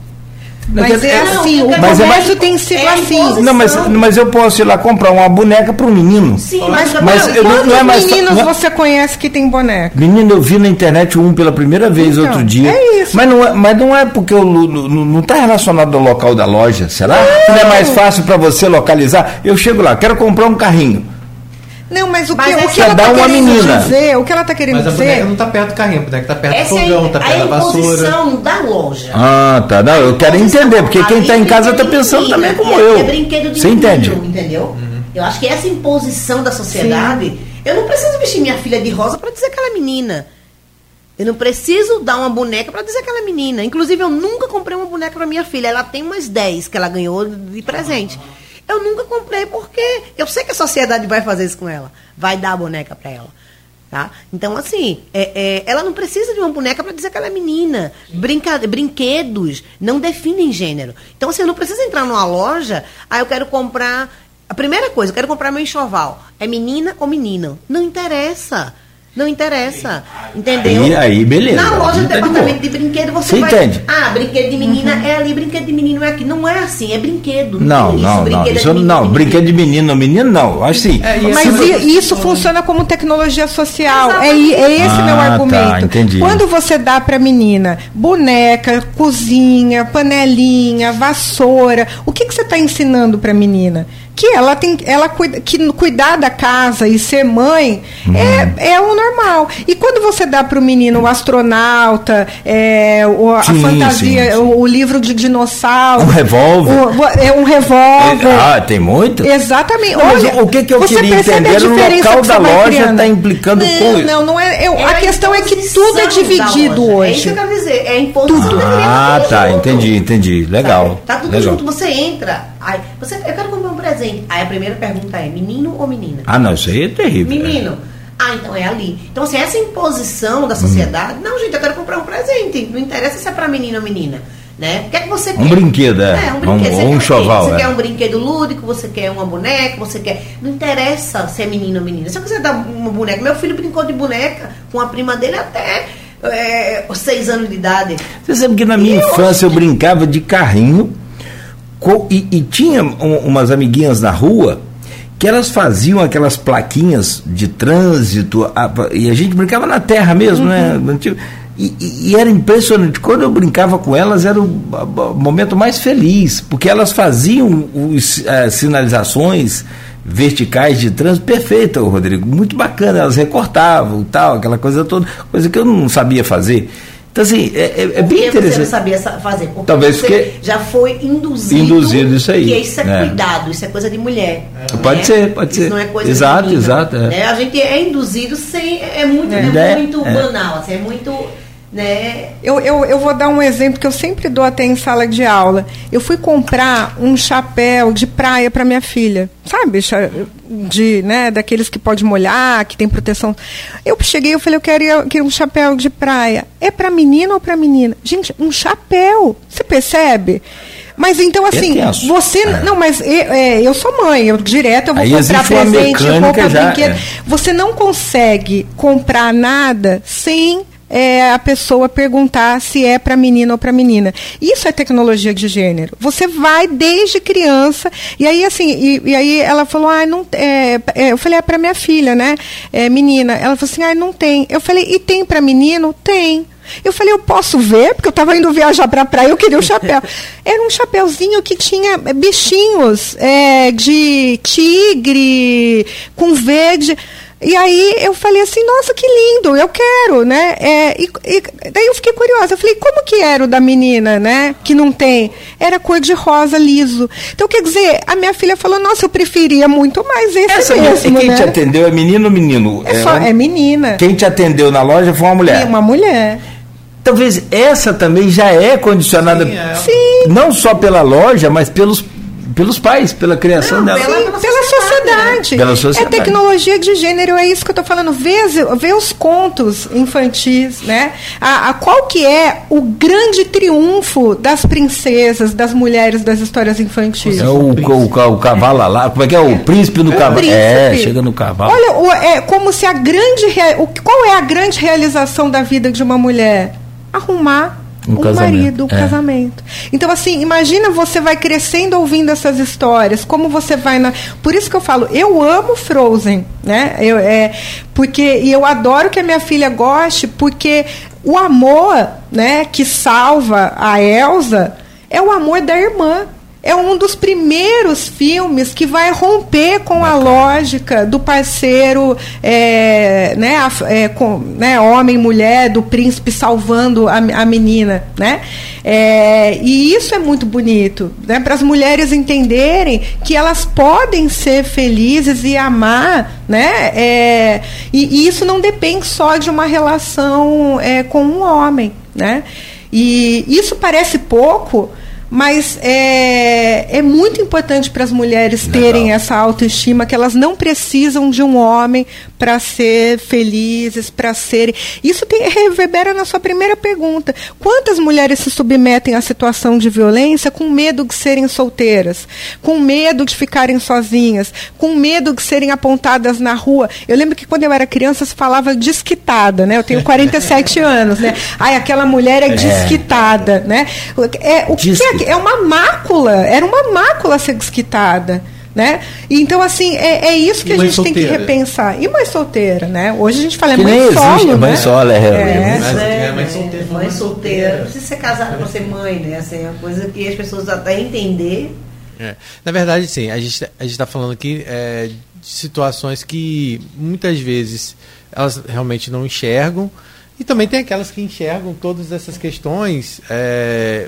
Mas é assim, o mas comércio é, tem sido é assim. Não, mas, mas eu posso ir lá comprar uma boneca para um menino. Sim, mas, mas não, eu, quantos não é mais, meninos não é, você conhece que tem boneca? menino, eu vi na internet um pela primeira vez Então, outro dia. é isso. Mas não é, mas não é porque eu, não está relacionado ao local da loja, será? Não, não é mais fácil para você localizar? Eu chego lá, quero comprar um carrinho. Não, mas o que, Mas o é que que ela dá está uma querendo menina. dizer, o que ela está querendo Mas a dizer... boneca não está perto do carrinho, a boneca está perto do essa fogão, é está a perto da vassoura. imposição da loja. Ah, tá. Não, eu quero entender, porque quem está em casa está pensando também como eu. É brinquedo de Você menino, entende? entendeu? Uhum. Eu acho que essa imposição da sociedade... Sim. Eu não preciso vestir minha filha de rosa para dizer que ela é menina. Eu não preciso dar uma boneca para dizer que ela é menina. Inclusive, eu nunca comprei uma boneca para minha filha. Ela tem umas dez que ela ganhou de presente. Eu nunca comprei porque eu sei que a sociedade vai fazer isso com ela. Vai dar a boneca para ela. Tá? Então, assim, é, é, ela não precisa de uma boneca para dizer que ela é menina. Brinca, brinquedos não definem gênero. Então, assim, eu não preciso entrar numa loja, aí eu quero comprar... A primeira coisa, eu quero comprar meu enxoval. É menina ou menino? Não interessa. Não interessa, entendeu? E aí, beleza. Na loja de tá departamento de, de brinquedo, você, você vai... entende? Ah, brinquedo de menina uhum. é ali, brinquedo de menino é aqui. Não é assim, é brinquedo. Não, não, não, isso, não. Isso, é de não, brinquedo de menino, menino não. Acho sim. É, Mas assim, isso funciona como tecnologia social. É, Exatamente. é esse Ah, meu tá, argumento. entendi. Quando você dá para a menina boneca, cozinha, panelinha, vassoura, o que, que você está ensinando para a menina? Que ela tem, ela cuida, que cuidar da casa e ser mãe hum. é, é o normal. E quando você dá para o menino o astronauta, é, o, a sim, fantasia, sim, sim. O, o livro de dinossauro, um revólver, o, é um revólver. É, ah, tem muito. Exatamente. Não, Olha, o que, que eu você queria entender era o local da loja está implicando não, com isso. Não, não é. Eu, é a, a questão é que tudo é dividido hoje. É isso que eu quero dizer. É a imposição. Tudo. Ah, tá, junto. entendi, entendi. Legal. Tá, tá tudo legal. junto. Você entra. Aí, você, eu quero comprar um presente. Aí a primeira pergunta é: menino ou menina? Ah, não, isso aí é terrível. Menino. É. Ah, então é ali. Então, assim, essa imposição da sociedade. Hum. Não, gente, eu quero comprar um presente. Não interessa se é pra menino ou menina. Né? O que é que você quer? Um brinquedo, é. é um brinquedo. Um, um enxoval. Você é. quer um brinquedo lúdico, você quer uma boneca, você quer. Não interessa se é menino ou menina. Se você dar uma boneca. Meu filho brincou de boneca com a prima dele até é, os seis anos de idade. Você sabe que na minha eu infância eu brincava de carrinho com, e, e tinha um, umas amiguinhas na rua que elas faziam aquelas plaquinhas de trânsito a, e a gente brincava na terra mesmo, uhum. né? E, e, e era impressionante. Quando eu brincava com elas, era o, o momento mais feliz, porque elas faziam os, as sinalizações verticais de trânsito perfeita, Rodrigo, muito bacana. Elas recortavam tal, aquela coisa toda, coisa que eu não sabia fazer. Então, assim, é, é, é bem interessante. Você não sabia fazer? Porque talvez você porque já foi induzido. Induzido, isso aí. Que isso é, é cuidado, isso é coisa de mulher. É. Pode né? ser, pode isso ser. Não é coisa exato, de menina, exato. É. Né? A gente é induzido sem. É muito, é. É muito é. banal, assim, é muito. Né? Eu, eu, eu vou dar um exemplo que eu sempre dou até em sala de aula. Eu fui comprar um chapéu de praia para minha filha, sabe? De, né, daqueles que pode molhar, que tem proteção. Eu cheguei, eu falei, eu queria, eu queria um chapéu de praia. É para menino ou para menina? Gente, um chapéu. Você percebe? Mas então, assim, você... É. Não, mas eu, é, eu sou mãe, eu direto eu vou Aí comprar presente, roupa, já, brinquedo. É. Você não consegue comprar nada sem... É, a pessoa perguntar se é para menino ou para menina. Isso é tecnologia de gênero. Você vai desde criança e aí assim e, e aí ela falou, ah, não, é, é, eu falei, é para minha filha, né? É, menina. Ela falou assim, ah, não tem. Eu falei, e tem para menino? Tem. Eu falei, eu posso ver? Porque eu estava indo viajar para a praia, eu queria um chapéu. Era um chapéuzinho que tinha bichinhos é, de tigre com verde. E aí eu falei assim, nossa, que lindo, eu quero, né? É, e, e daí eu fiquei curiosa, eu falei, como que era o da menina, né? Que não tem? Era cor de rosa liso. Então, quer dizer, a minha filha falou, nossa, eu preferia muito mais esse Essa mesmo, quem né? te atendeu é menino ou menino? É, só, é menina. Quem te atendeu na loja foi uma mulher? E uma mulher. Talvez essa também já é condicionada, Sim, é. Sim. não só pela loja, mas pelos, pelos pais, pela criação Não, dela. pela- Sim, pela sociedade. Pela sociedade. É tecnologia de gênero, é isso que eu estou falando. Vê, as- vê os contos infantis, né? A, a, qual que é o grande triunfo das princesas, das mulheres das histórias infantis? É o, o, o, o cavalo lá, como é que é? O príncipe no cavalo. príncipe. É, chega no cavalo. Olha, o- é como se a grande... rea- o, qual é a grande realização da vida de uma mulher? Arrumar Um um, casamento, marido, um é. casamento. Então, assim, imagina você vai crescendo ouvindo essas histórias, como você vai na... Por isso que eu falo, eu amo Frozen, né? Eu, é, porque, e eu adoro que a minha filha goste, porque o amor, né, que salva a Elsa é o amor da irmã. É um dos primeiros filmes que vai romper com a lógica do parceiro, é, né, a, é, com, né, homem, mulher, do príncipe salvando a, a menina, né? É, e isso é muito bonito, né, para as mulheres entenderem que elas podem ser felizes e amar, né? É, e, e isso não depende só de uma relação é, com um homem, né? E isso parece pouco, mas é, é muito importante para as mulheres terem Legal. essa autoestima, que elas não precisam de um homem para ser felizes, para serem... Isso tem, reverbera na sua primeira pergunta. Quantas mulheres se submetem à situação de violência com medo de serem solteiras, com medo de ficarem sozinhas, com medo de serem apontadas na rua? Eu lembro que quando eu era criança se falava desquitada, né? Eu tenho quarenta e sete anos, né? Ai, aquela mulher é desquitada, né? É, o que é, é uma mácula, era uma mácula ser desquitada, né? Então, assim, é, é isso que E a mãe gente tem que solteira? repensar. E mãe solteira, né? Hoje a gente fala é Que nem mãe existe, solo, é mãe né? solo, é, É. Mas, É, é, mãe solteira, mãe solteira. Não precisa ser casada para ser mãe, né? Assim, é uma coisa que as pessoas até entender. É. Na verdade, sim, a gente a está falando aqui é, de situações que muitas vezes elas realmente não enxergam, e também tem aquelas que enxergam todas essas questões é,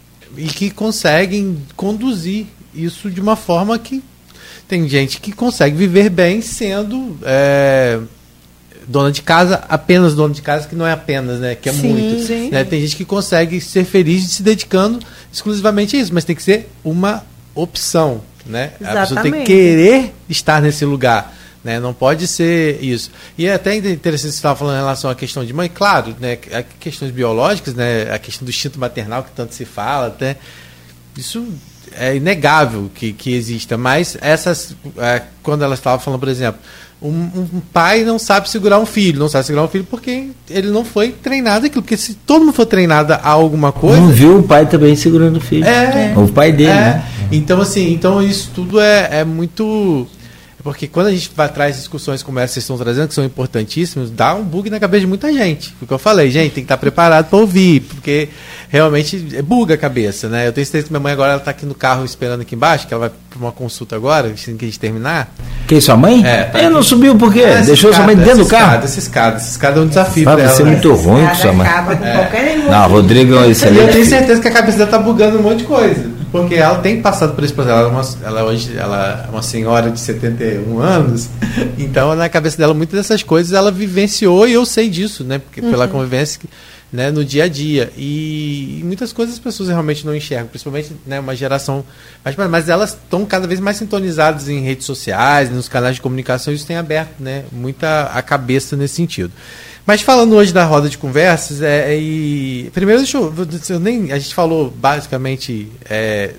e que conseguem conduzir isso de uma forma que tem gente que consegue viver bem sendo é, dona de casa, apenas dona de casa, que não é apenas, né? Que é Sim, muito. sim. Né? Tem gente que consegue ser feliz se dedicando exclusivamente a isso, mas tem que ser uma opção, né? A pessoa tem que Exatamente. querer estar nesse lugar, né? Não pode ser isso. E é até interessante você estava falando em relação à questão de mãe, claro, né? A questões biológicas, né? A questão do instinto maternal que tanto se fala, até isso é inegável que, que exista, mas essas, é, quando ela estava falando, por exemplo, um, um pai não sabe segurar um filho, não sabe segurar um filho porque ele não foi treinado aquilo, porque se todo mundo for treinado a alguma coisa... Não viu o pai também segurando o filho. É. O pai dele, É. né? Então, assim, então isso tudo é, é muito... Porque quando a gente vai atrás de discussões como essa que vocês estão trazendo, que são importantíssimas, dá um bug na cabeça de muita gente. Porque eu falei, gente, tem que estar preparado para ouvir, porque realmente buga a cabeça, né? Eu tenho certeza que minha mãe agora está aqui no carro esperando aqui embaixo, que ela vai para uma consulta agora, assim que a gente terminar. Quem, sua mãe? É, tá Ele não aqui. subiu por quê? Ah, essa Deixou sua mãe escada, dentro do essa carro? escada, Essa escada, essa escada é um desafio Vai para ela. ser né? muito ruim com sua mãe. Acaba com qualquer negócio. Não, Rodrigo é um E eu excelente tenho filho. certeza que a cabeça dela tá bugando um monte de coisa. Porque ela tem passado por esse processo. Ela, é uma, ela hoje ela é uma senhora de setenta e um anos. Então, na cabeça dela, muitas dessas coisas ela vivenciou, e eu sei disso, né? Porque, pela convivência, né, no dia a dia. E, e muitas coisas as pessoas realmente não enxergam, principalmente, né, uma geração. Mas, mas elas estão cada vez mais sintonizadas em redes sociais, nos canais de comunicação, e isso tem aberto, né, muita a cabeça nesse sentido. Mas falando hoje da roda de conversas, é, e primeiro deixa eu, eu nem, a gente falou basicamente, é,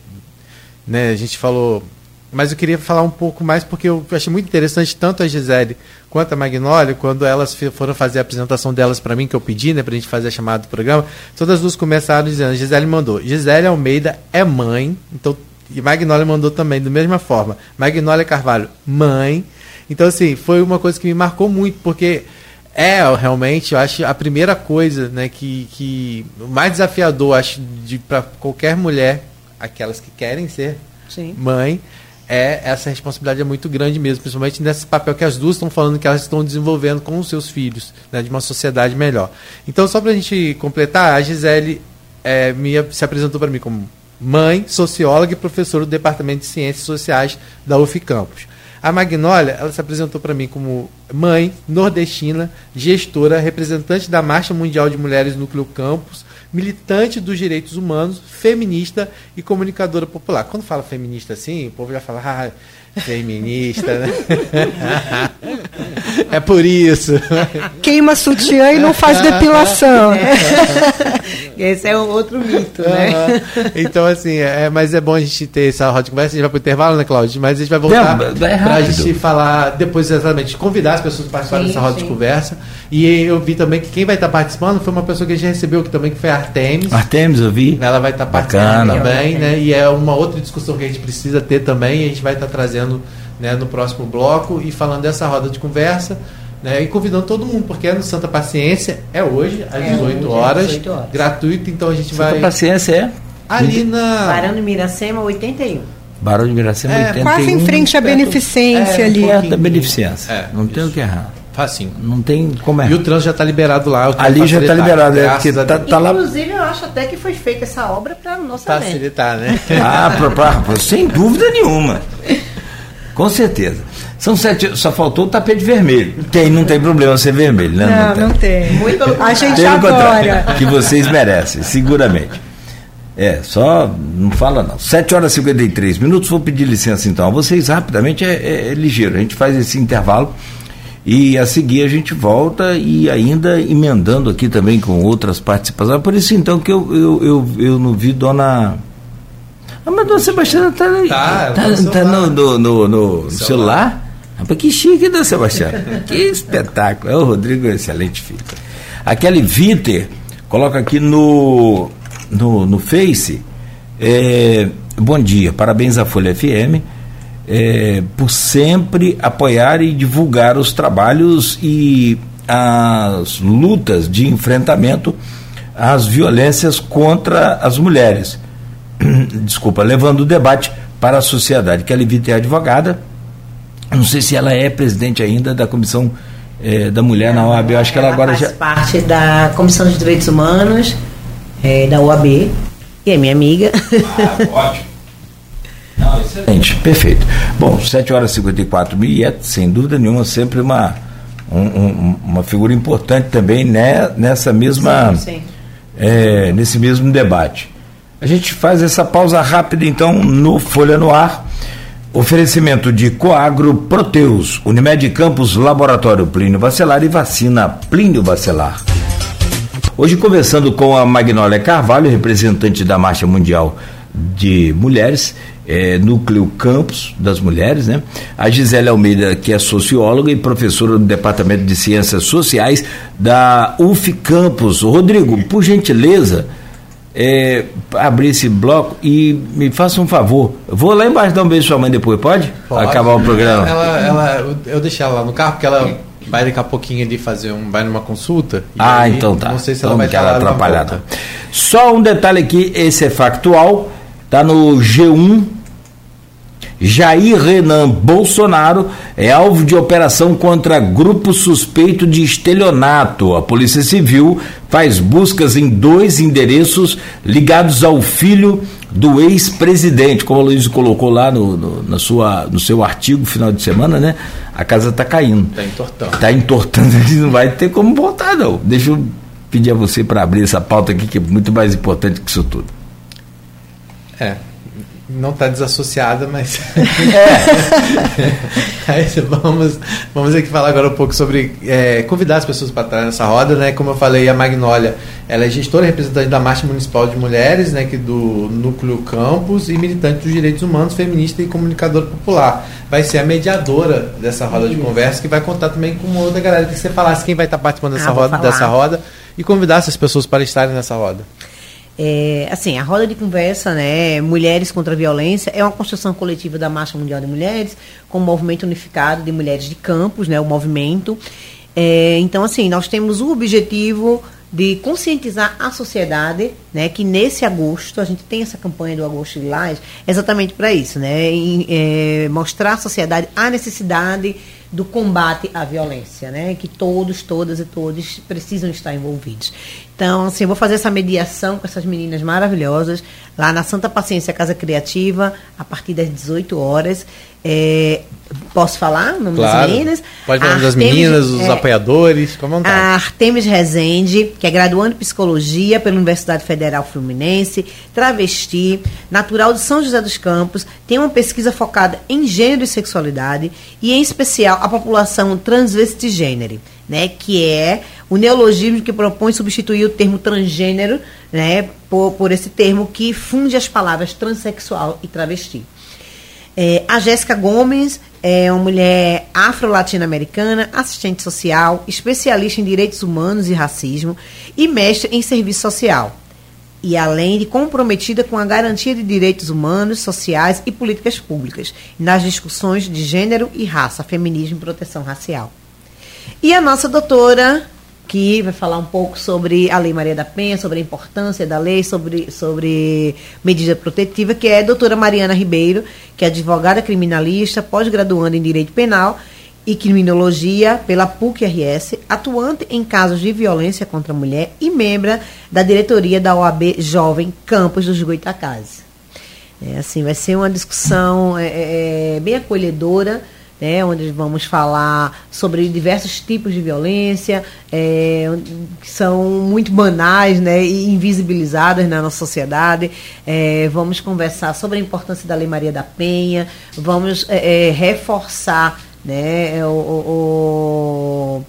né, a gente falou, mas eu queria falar um pouco mais porque eu achei muito interessante tanto a Gisele quanto a Magnólia, quando elas foram fazer a apresentação delas para mim, que eu pedi, né, pra gente fazer a chamada do programa, todas as duas começaram dizendo, a Gisele mandou, Gisele Almeida é mãe, então, e Magnólia mandou também, da mesma forma, Magnólia Carvalho, mãe, então assim, foi uma coisa que me marcou muito, porque é, realmente, eu acho a primeira coisa, né, que, que o mais desafiador, acho, de para qualquer mulher, aquelas que querem ser Sim. mãe, é, essa responsabilidade é muito grande mesmo, principalmente nesse papel que as duas estão falando que elas estão desenvolvendo com os seus filhos, né, de uma sociedade melhor. Então, só para a gente completar, a Gisele é, me, se apresentou para mim como mãe, socióloga e professora do Departamento de Ciências Sociais da U F Campos. A Magnólia, ela se apresentou para mim como mãe, nordestina, gestora, representante da Marcha Mundial de Mulheres Núcleo Campos, militante dos direitos humanos, feminista e comunicadora popular. Quando fala feminista assim, o povo já fala, ah, feminista, né? É por isso. Queima sutiã e não faz depilação. Esse é um outro mito, né? Uhum. Então, assim, é, mas é bom a gente ter essa roda de conversa. A gente vai pro intervalo, né, Cláudio? Mas a gente vai voltar para a gente falar depois, exatamente, convidar as pessoas para participar sim, dessa roda sim. de conversa. E eu vi também que quem vai estar participando foi uma pessoa que a gente recebeu aqui também, que foi a Artemis. Artemis, eu vi. Ela vai estar participando também, né? E é uma outra discussão que a gente precisa ter também. E a gente vai estar trazendo, né, no próximo bloco e falando dessa roda de conversa, né, e convidando todo mundo, porque é no Santa Paciência, é hoje, às é dezoito horas, dezoito horas, gratuito, então a gente Santa vai... Santa Paciência é? Ali na... Barão de Miracema, oitenta e um. Barão de Miracema, é, oitenta e um. Quase em frente à Beneficência é, ali. Perto da Beneficência, é, não isso. tem o que errar. Facinho. Não tem como errar. E o trânsito já está liberado lá. Ali já está liberado, é, porque tá, tá lá... Inclusive, eu acho até que foi feita essa obra para nossa mente. Facilitar, né? Ah, pra, pra, sem dúvida nenhuma. Com certeza. São sete, só faltou o tapete vermelho. Tem, não tem problema ser vermelho, né? Não, não tem. Não tem. Muito pelo a gente adora. Que vocês merecem, seguramente. É, só não fala não. sete horas e cinquenta e três minutos, vou pedir licença então a vocês rapidamente, é, é, é ligeiro. A gente faz esse intervalo e a seguir a gente volta e ainda emendando aqui também com outras participações. Por isso então que eu, eu, eu, eu não vi dona... Ah, mas Dona Sebastiana está tá, tá, tá, tá no, no, no, no celular. celular? Ah, que chique, Dona Sebastiana. Que espetáculo. É o Rodrigo, excelente filho. A Kelly Viter coloca aqui no, no, no Face. É, bom dia, parabéns à Folha F M é, por sempre apoiar e divulgar os trabalhos e as lutas de enfrentamento às violências contra as mulheres. Desculpa, levando o debate para a sociedade. Kelly Viter é advogada, não sei se ela é presidente ainda da Comissão eh, da Mulher na O A B, eu acho que ela, ela agora faz já... parte da Comissão de Direitos Humanos eh, da O A B, e é minha amiga. Ah, ótimo. Não, excelente, perfeito. Bom, sete horas e cinquenta e quatro mil e é, sem dúvida nenhuma, sempre uma, um, um, uma figura importante também, né, nessa mesma... Sim, sim. É, nesse mesmo debate. A gente faz essa pausa rápida, então, no Folha no Ar. Oferecimento de Coagro Proteus, Unimed Campos, Laboratório Plínio Bacelar e Vacina Plínio Bacelar. Hoje, conversando com a Magnólia Carvalho, representante da Marcha Mundial de Mulheres, é, Núcleo Campos das Mulheres, né? A Gisele Almeida, que é socióloga e professora do Departamento de Ciências Sociais da U F Campos. Rodrigo, por gentileza, É, abrir esse bloco e me faça um favor. Eu vou lá embaixo dar um beijo à sua mãe depois, pode? Pode. Acabar o programa. Ela, ela, eu deixei ela lá no carro porque ela vai daqui a pouquinho ali fazer um, vai numa consulta. Ah, aí, então tá. Não sei se então ela vai estar lá atrapalhada. Só um detalhe aqui, esse é factual, tá no G um. Jair Renan Bolsonaro é alvo de operação contra grupo suspeito de estelionato. A Polícia Civil faz buscas em dois endereços ligados ao filho do ex-presidente. Como a Luiz colocou lá no, no, na sua, no seu artigo final de semana, né? A casa está caindo. Está entortando. Está entortando, não vai ter como voltar, não. Deixa eu pedir a você para abrir essa pauta aqui, que é muito mais importante que isso tudo. É. Não está desassociada, mas é. Aí, vamos, vamos aqui falar agora um pouco sobre é, convidar as pessoas para estar nessa roda, né? Como eu falei, a Magnólia, ela é gestora e representante da Marcha Municipal de Mulheres, né? Que do Núcleo Campos, e militante dos direitos humanos, feminista e comunicadora popular. Vai ser a mediadora dessa roda de conversa, que vai contar também com uma outra galera, que você falasse quem vai estar participando dessa, ah, roda, dessa roda e convidar essas pessoas para estarem nessa roda. É, assim, a roda de conversa, né, Mulheres contra a Violência, é uma construção coletiva da Marcha Mundial de Mulheres, com o Movimento Unificado de Mulheres de Campos, né, o movimento. É, então, assim, nós temos o objetivo de conscientizar a sociedade, né, que nesse agosto, a gente tem essa campanha do Agosto Lilás, exatamente para isso, né, em, é, mostrar à sociedade a necessidade do combate à violência, né, que todos, todas e todos precisam estar envolvidos. Então, assim, eu vou fazer essa mediação com essas meninas maravilhosas, lá na Santa Paciência Casa Criativa, a partir das dezoito horas. É, posso falar o nome claro. das meninas? Pode falar das meninas, os é, apoiadores, com vontade. A Artemis Rezende, que é graduando em Psicologia pela Universidade Federal Fluminense, travesti, natural de São José dos Campos, tem uma pesquisa focada em gênero e sexualidade, e em especial a população transvestigênero, né, que é o neologismo que propõe substituir o termo transgênero, né, por, por esse termo que funde as palavras transexual e travesti. É, a Jéssica Gomes é uma mulher afro-latino-americana, assistente social, especialista em direitos humanos e racismo e mestre em serviço social. E além de comprometida com a garantia de direitos humanos, sociais e políticas públicas, nas discussões de gênero e raça, feminismo e proteção racial. E a nossa doutora, que vai falar um pouco sobre a Lei Maria da Penha, sobre a importância da lei, sobre, sobre medida protetiva, que é a doutora Mariana Ribeiro, que é advogada criminalista, pós-graduanda em Direito Penal e Criminologia pela P U C R S, atuante em casos de violência contra a mulher e membro da diretoria da O A B Jovem Campos dos Goitacazes. É, assim, vai ser uma discussão é, é, bem acolhedora, né, onde vamos falar sobre diversos tipos de violência, é, que são muito banais, né, e invisibilizadas na nossa sociedade. É, vamos conversar sobre a importância da Lei Maria da Penha, vamos é, é, reforçar, né, o, o, o,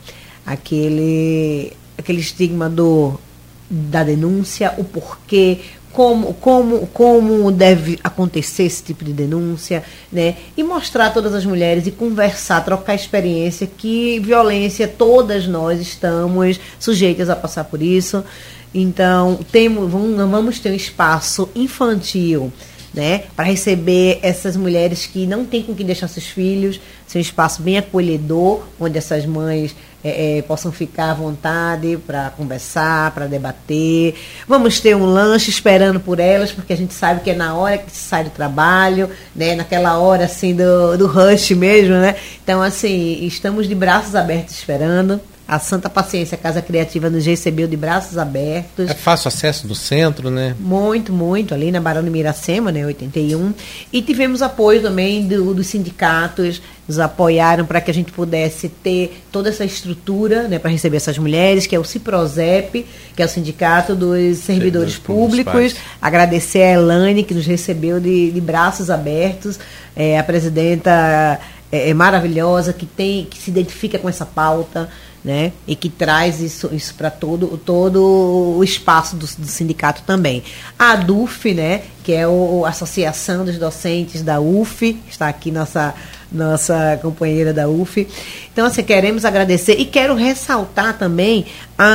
aquele, aquele estigma do, da denúncia, o porquê, Como, como, como deve acontecer esse tipo de denúncia, né? E mostrar a todas as mulheres e conversar, trocar experiência, que violência, todas nós estamos sujeitas a passar por isso. Então, temos, vamos ter um espaço infantil, né, para receber essas mulheres que não têm com quem deixar seus filhos, ser um espaço bem acolhedor, onde essas mães é, é, possam ficar à vontade para conversar, para debater. Vamos ter um lanche esperando por elas, porque a gente sabe que é na hora que se sai do trabalho, né, naquela hora assim do, do rush mesmo, né? Então, assim, estamos de braços abertos esperando. A Santa Paciência Casa Criativa nos recebeu de braços abertos. É fácil acesso do centro, né? Muito, muito, ali na Barão de Miracema, né, oitenta e um. E tivemos apoio também do, dos sindicatos, nos apoiaram para que a gente pudesse ter toda essa estrutura, né, para receber essas mulheres, que é o CIPROSEP, que é o Sindicato dos Servidores Públicos. Agradecer a Elane, que nos recebeu de, de braços abertos, é, a presidenta é, é maravilhosa, que, tem, que se identifica com essa pauta, né, e que traz isso, isso para todo, todo o espaço do, do sindicato também. A ADUF, né, que é o, a Associação dos Docentes da U F, está aqui nossa, nossa companheira da U F. Então, assim, queremos agradecer e quero ressaltar também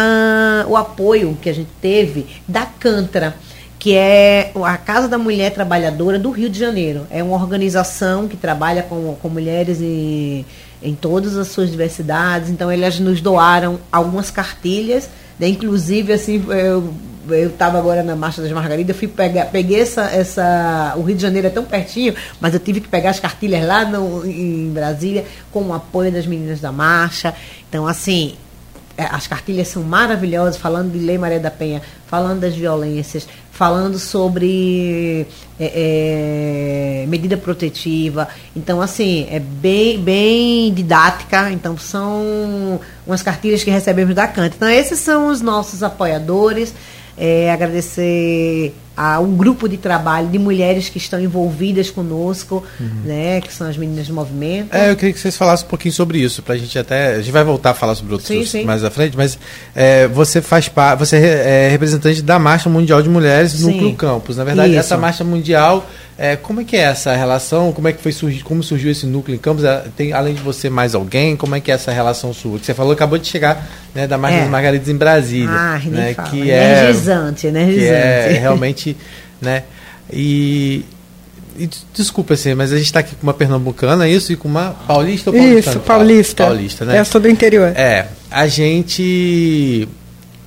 a, o apoio que a gente teve da CANTRA, que é a Casa da Mulher Trabalhadora do Rio de Janeiro. É uma organização que trabalha com, com mulheres e em todas as suas diversidades. Então, elas nos doaram algumas cartilhas, né? Inclusive, assim, eu estava agora na Marcha das Margaridas, fui pegar, peguei essa, essa... O Rio de Janeiro é tão pertinho, mas eu tive que pegar as cartilhas lá no, em Brasília, com o apoio das meninas da marcha. Então, assim, as cartilhas são maravilhosas, falando de Lei Maria da Penha, falando das violências, falando sobre é, é, medida protetiva. Então, assim, é bem, bem didática. Então, são umas cartilhas que recebemos da CANT. Então, esses são os nossos apoiadores. É, agradecer a um grupo de trabalho de mulheres que estão envolvidas conosco, uhum. né, que são as meninas do movimento. É, eu queria que vocês falassem um pouquinho sobre isso, pra gente até, a gente vai voltar a falar sobre outros sim, sim. mais à frente, mas é, você faz parte, você é representante da Marcha Mundial de Mulheres no Núcleo Campos. Na verdade, isso. Essa Marcha Mundial, é, como é que é essa relação? Como é que foi surgir, como surgiu esse núcleo em Campos? Tem, além de você, mais alguém? Como é que é essa relação sua? Que você falou, acabou de chegar, né, da Marcha é. das Margaridas em Brasília. Ah, né, fala. Que energizante, é, energizante. Que é realmente, né, e, e desculpa assim, mas a gente está aqui com uma pernambucana, isso, e com uma paulista ou paulista? Isso, paulista. Paulista, né? Eu sou do interior. É, a gente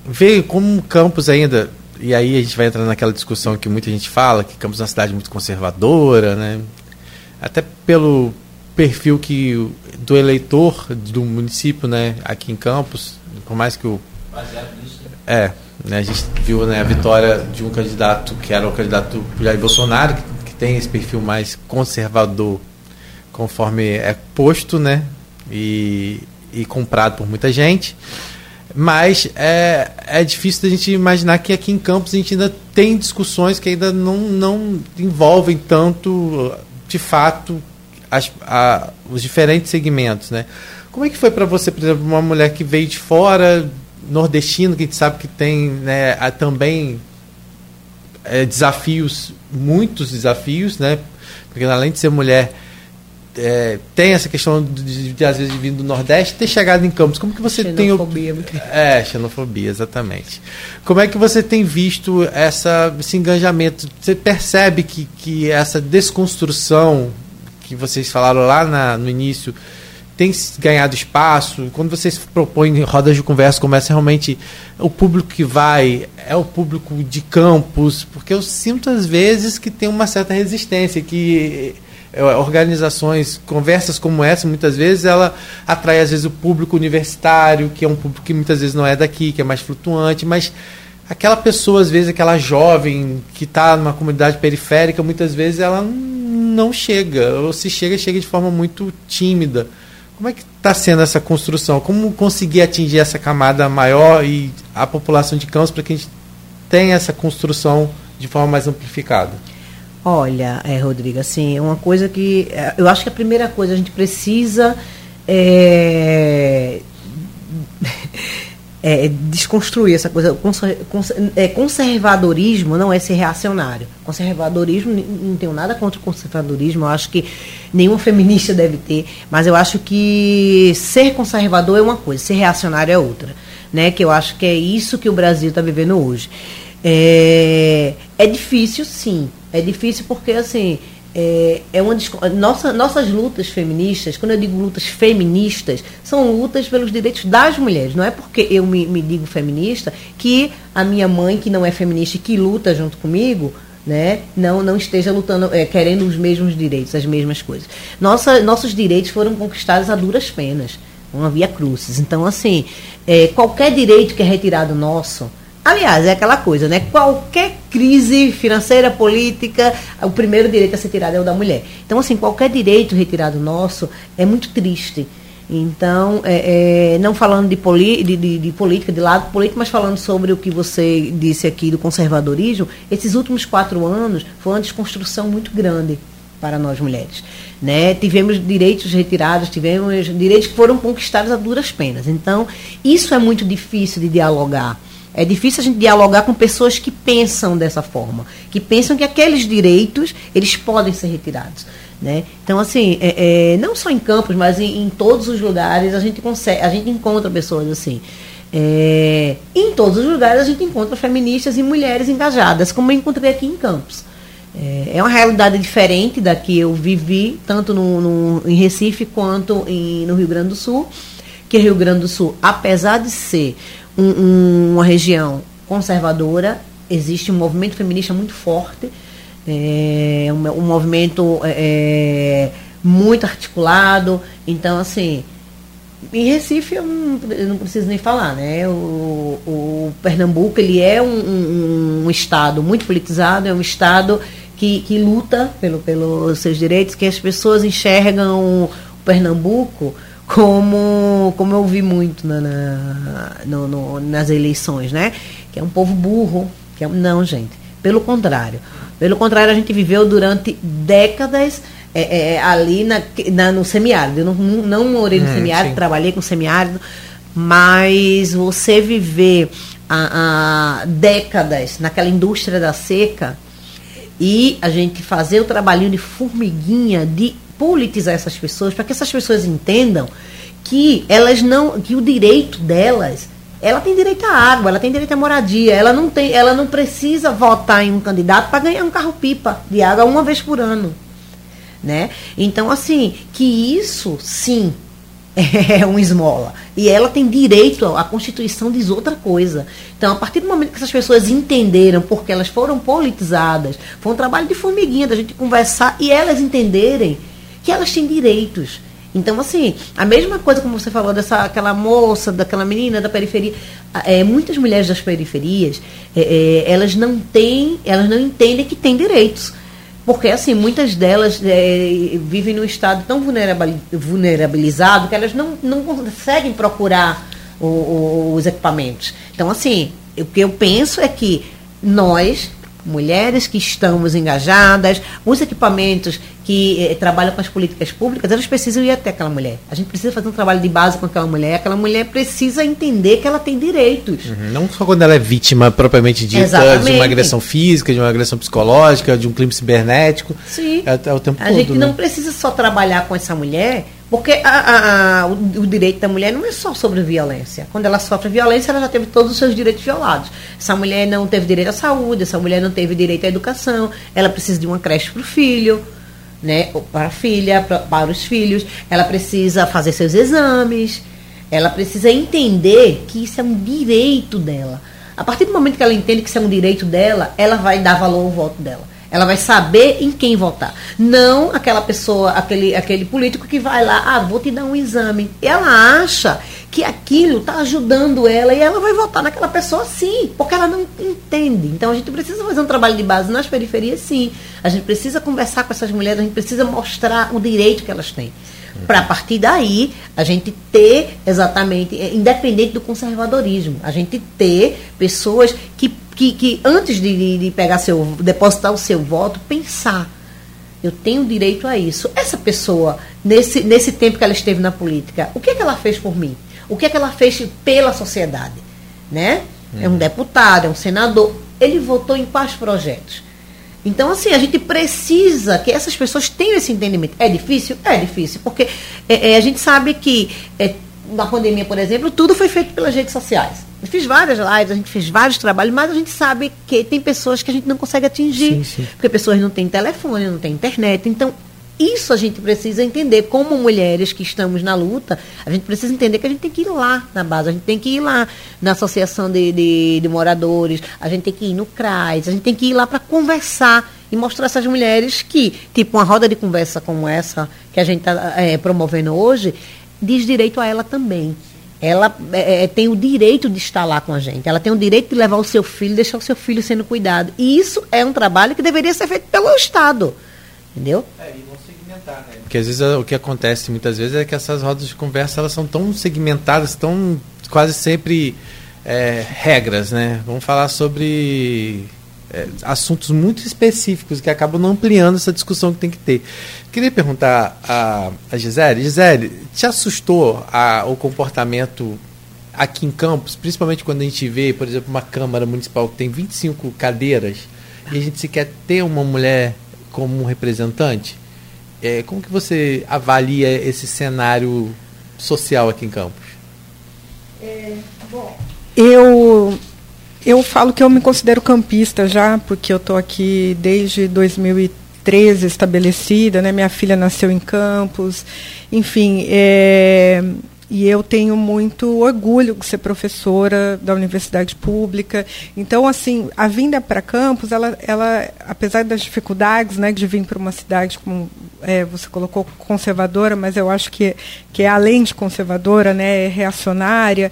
ver como Campos ainda, e aí a gente vai entrar naquela discussão que muita gente fala, que Campos é uma cidade muito conservadora, né? Até pelo perfil que do eleitor do município, né, aqui em Campos, por mais que o... É, né, a gente viu, né, a vitória de um candidato que era o candidato Jair Bolsonaro, que, que tem esse perfil mais conservador, conforme é posto, né, e, e comprado por muita gente. Mas é, é difícil da gente imaginar que aqui em Campos a gente ainda tem discussões que ainda não, não envolvem tanto, de fato, as, a, os diferentes segmentos, né? Como é que foi para você, por exemplo, uma mulher que veio de fora, nordestino, que a gente sabe que tem, né, a, também é, desafios, muitos desafios, né? Porque além de ser mulher, é, tem essa questão de, de, de às vezes de vir do Nordeste, ter chegado em Campos. Como que você tem xenofobia, é xenofobia, exatamente. Como é que você tem visto essa, esse engajamento? Você percebe que, que essa desconstrução que vocês falaram lá na, no início tem ganhado espaço? Quando vocês propõem rodas de conversa, começa realmente o público que vai é o público de Campos? Porque eu sinto às vezes que tem uma certa resistência, que organizações, conversas como essa, muitas vezes ela atrai às vezes o público universitário, que é um público que muitas vezes não é daqui, que é mais flutuante, mas aquela pessoa, às vezes, aquela jovem que está numa comunidade periférica, muitas vezes ela não chega, ou se chega, chega de forma muito tímida. Como é que está sendo essa construção? Como conseguir atingir essa camada maior e a população de Campos para que a gente tenha essa construção de forma mais amplificada? Olha, é, Rodrigo, assim, uma coisa que eu acho que a primeira coisa a gente precisa é, é desconstruir essa coisa. Conservadorismo não é ser reacionário. Conservadorismo, não tenho nada contra o conservadorismo, eu acho que nenhuma feminista deve ter, mas eu acho que ser conservador é uma coisa, ser reacionário é outra, né? Que eu acho que é isso que o Brasil está vivendo hoje. É, é difícil, sim. É difícil porque, assim, é, é uma nossa, nossas lutas feministas, quando eu digo lutas feministas, são lutas pelos direitos das mulheres. Não é porque eu me, me digo feminista que a minha mãe, que não é feminista e que luta junto comigo, né, não, não esteja lutando, é, querendo os mesmos direitos, as mesmas coisas. Nossa, nossos direitos foram conquistados a duras penas, uma via crucis. Então, assim, é, qualquer direito que é retirado nosso... Aliás, é aquela coisa, né? Qualquer crise financeira, política, o primeiro direito a ser tirado é o da mulher. Então, assim, qualquer direito retirado nosso é muito triste. Então, é, é, não falando de, poli, de, de, de política, de lado político, mas falando sobre o que você disse aqui do conservadorismo, esses últimos quatro anos foi uma desconstrução muito grande para nós mulheres, né? Tivemos direitos retirados, tivemos direitos que foram conquistados a duras penas. Então, isso é muito difícil de dialogar. É difícil a gente dialogar com pessoas que pensam dessa forma, que pensam que aqueles direitos, eles podem ser retirados, né? Então, assim, é, é, não só em Campos, mas em, em todos os lugares a gente consegue, a gente encontra pessoas assim. É, em todos os lugares a gente encontra feministas e mulheres engajadas, como eu encontrei aqui em Campos. É, é uma realidade diferente da que eu vivi, tanto no, no, em Recife quanto em, no Rio Grande do Sul, que Rio Grande do Sul, apesar de ser Um, um, uma região conservadora, existe um movimento feminista muito forte, é, um, um movimento é, muito articulado. Então, assim, em Recife eu não, eu não preciso nem falar, né? O, o Pernambuco, ele é um, um, um estado muito politizado, é um estado que, que luta pelo, pelos seus direitos, que as pessoas enxergam o Pernambuco como, como eu vi muito na, na, no, no, nas eleições, né? Que é um povo burro. Que é, não, gente. Pelo contrário. Pelo contrário, a gente viveu durante décadas é, é, ali na, na, no semiárido. Eu não, não morei no hum, semiárido, sim. Trabalhei com semiárido, mas você viver a, a décadas naquela indústria da seca e a gente fazer o trabalhinho de formiguinha, de politizar essas pessoas, para que essas pessoas entendam que elas não, que o direito delas, ela tem direito à água, ela tem direito à moradia, ela não tem, ela não precisa votar em um candidato para ganhar um carro-pipa de água uma vez por ano, né? Então, assim, que isso sim é uma esmola. E ela tem direito, a Constituição diz outra coisa. Então, a partir do momento que essas pessoas entenderam, porque elas foram politizadas, foi um trabalho de formiguinha, da gente conversar, e elas entenderem que elas têm direitos. Então, assim, a mesma coisa como você falou dessa aquela moça, daquela menina da periferia, é, muitas mulheres das periferias, é, é, elas não têm, elas não entendem que têm direitos. Porque, assim, muitas delas é, vivem num estado tão vulnerabilizado que elas não, não conseguem procurar o, o, os equipamentos. Então, assim, o que eu penso é que nós, mulheres que estamos engajadas, os equipamentos que eh, trabalham com as políticas públicas, elas precisam ir até aquela mulher. A gente precisa fazer um trabalho de base com aquela mulher. Aquela mulher precisa entender que ela tem direitos. Uhum. Não só quando ela é vítima propriamente dita, Exatamente. De uma agressão física, de uma agressão psicológica, de um crime cibernético. Sim. É, é o tempo a todo. gente né? não precisa só trabalhar com essa mulher, porque a, a, a, o, o direito da mulher não é só sobre violência. Quando ela sofre violência, ela já teve todos os seus direitos violados. Essa mulher não teve direito à saúde, essa mulher não teve direito à educação, ela precisa de uma creche para o filho, né, para a filha, para, para os filhos, ela precisa fazer seus exames, ela precisa entender que isso é um direito dela. A partir do momento que ela entende que isso é um direito dela, ela vai dar valor ao voto dela. Ela vai saber em quem votar. Não aquela pessoa, aquele, aquele político que vai lá, ah, vou te dar um exame. Ela acha que aquilo está ajudando ela e ela vai votar naquela pessoa sim, porque ela não entende. Então a gente precisa fazer um trabalho de base nas periferias sim. A gente precisa conversar com essas mulheres, a gente precisa mostrar o direito que elas têm. Para a partir daí, a gente ter exatamente, independente do conservadorismo, a gente ter pessoas que, que, que antes de, de, de pegar seu, depositar o seu voto, pensar, eu tenho direito a isso. Essa pessoa, nesse, nesse tempo que ela esteve na política, o que é que ela fez por mim? O que é que ela fez pela sociedade? Né? Hum. É um deputado, é um senador. Ele votou em quais projetos? Então, assim, a gente precisa que essas pessoas tenham esse entendimento. É difícil? É difícil, porque é, é, a gente sabe que é, na pandemia, por exemplo, tudo foi feito pelas redes sociais. Eu fiz várias lives, a gente fez vários trabalhos, mas a gente sabe que tem pessoas que a gente não consegue atingir, sim, sim. Porque pessoas não têm telefone, não têm internet. Então, isso a gente precisa entender. Como mulheres que estamos na luta, a gente precisa entender que a gente tem que ir lá na base, a gente tem que ir lá na associação de, de, de moradores, a gente tem que ir no CRAS, a gente tem que ir lá para conversar e mostrar a essas mulheres que, tipo, uma roda de conversa como essa que a gente está é, promovendo hoje, diz direito a ela também. Ela é, tem o direito de estar lá com a gente, ela tem o direito de levar o seu filho, deixar o seu filho sendo cuidado. E isso é um trabalho que deveria ser feito pelo Estado. Entendeu? É, e não segmentar, né? Porque às vezes o que acontece muitas vezes é que essas rodas de conversa elas são tão segmentadas, tão quase sempre é, regras, né? Vamos falar sobre é, assuntos muito específicos que acabam não ampliando essa discussão que tem que ter. Queria perguntar a, a Gisele. Gisele, te assustou a, o comportamento aqui em Campos, principalmente quando a gente vê, por exemplo, uma Câmara Municipal que tem vinte e cinco cadeiras e a gente sequer ter uma mulher como representante? É, como que você avalia esse cenário social aqui em Campos? É, bom, eu, eu falo que eu me considero campista já, porque eu estou aqui desde dois mil e treze estabelecida, né? Minha filha nasceu em Campos, enfim, é, e eu tenho muito orgulho de ser professora da universidade pública. Então, assim, a vinda para Campos, ela, ela, apesar das dificuldades, né, de vir para uma cidade, como é, você colocou, conservadora, mas eu acho que, que é além de conservadora, né, é reacionária,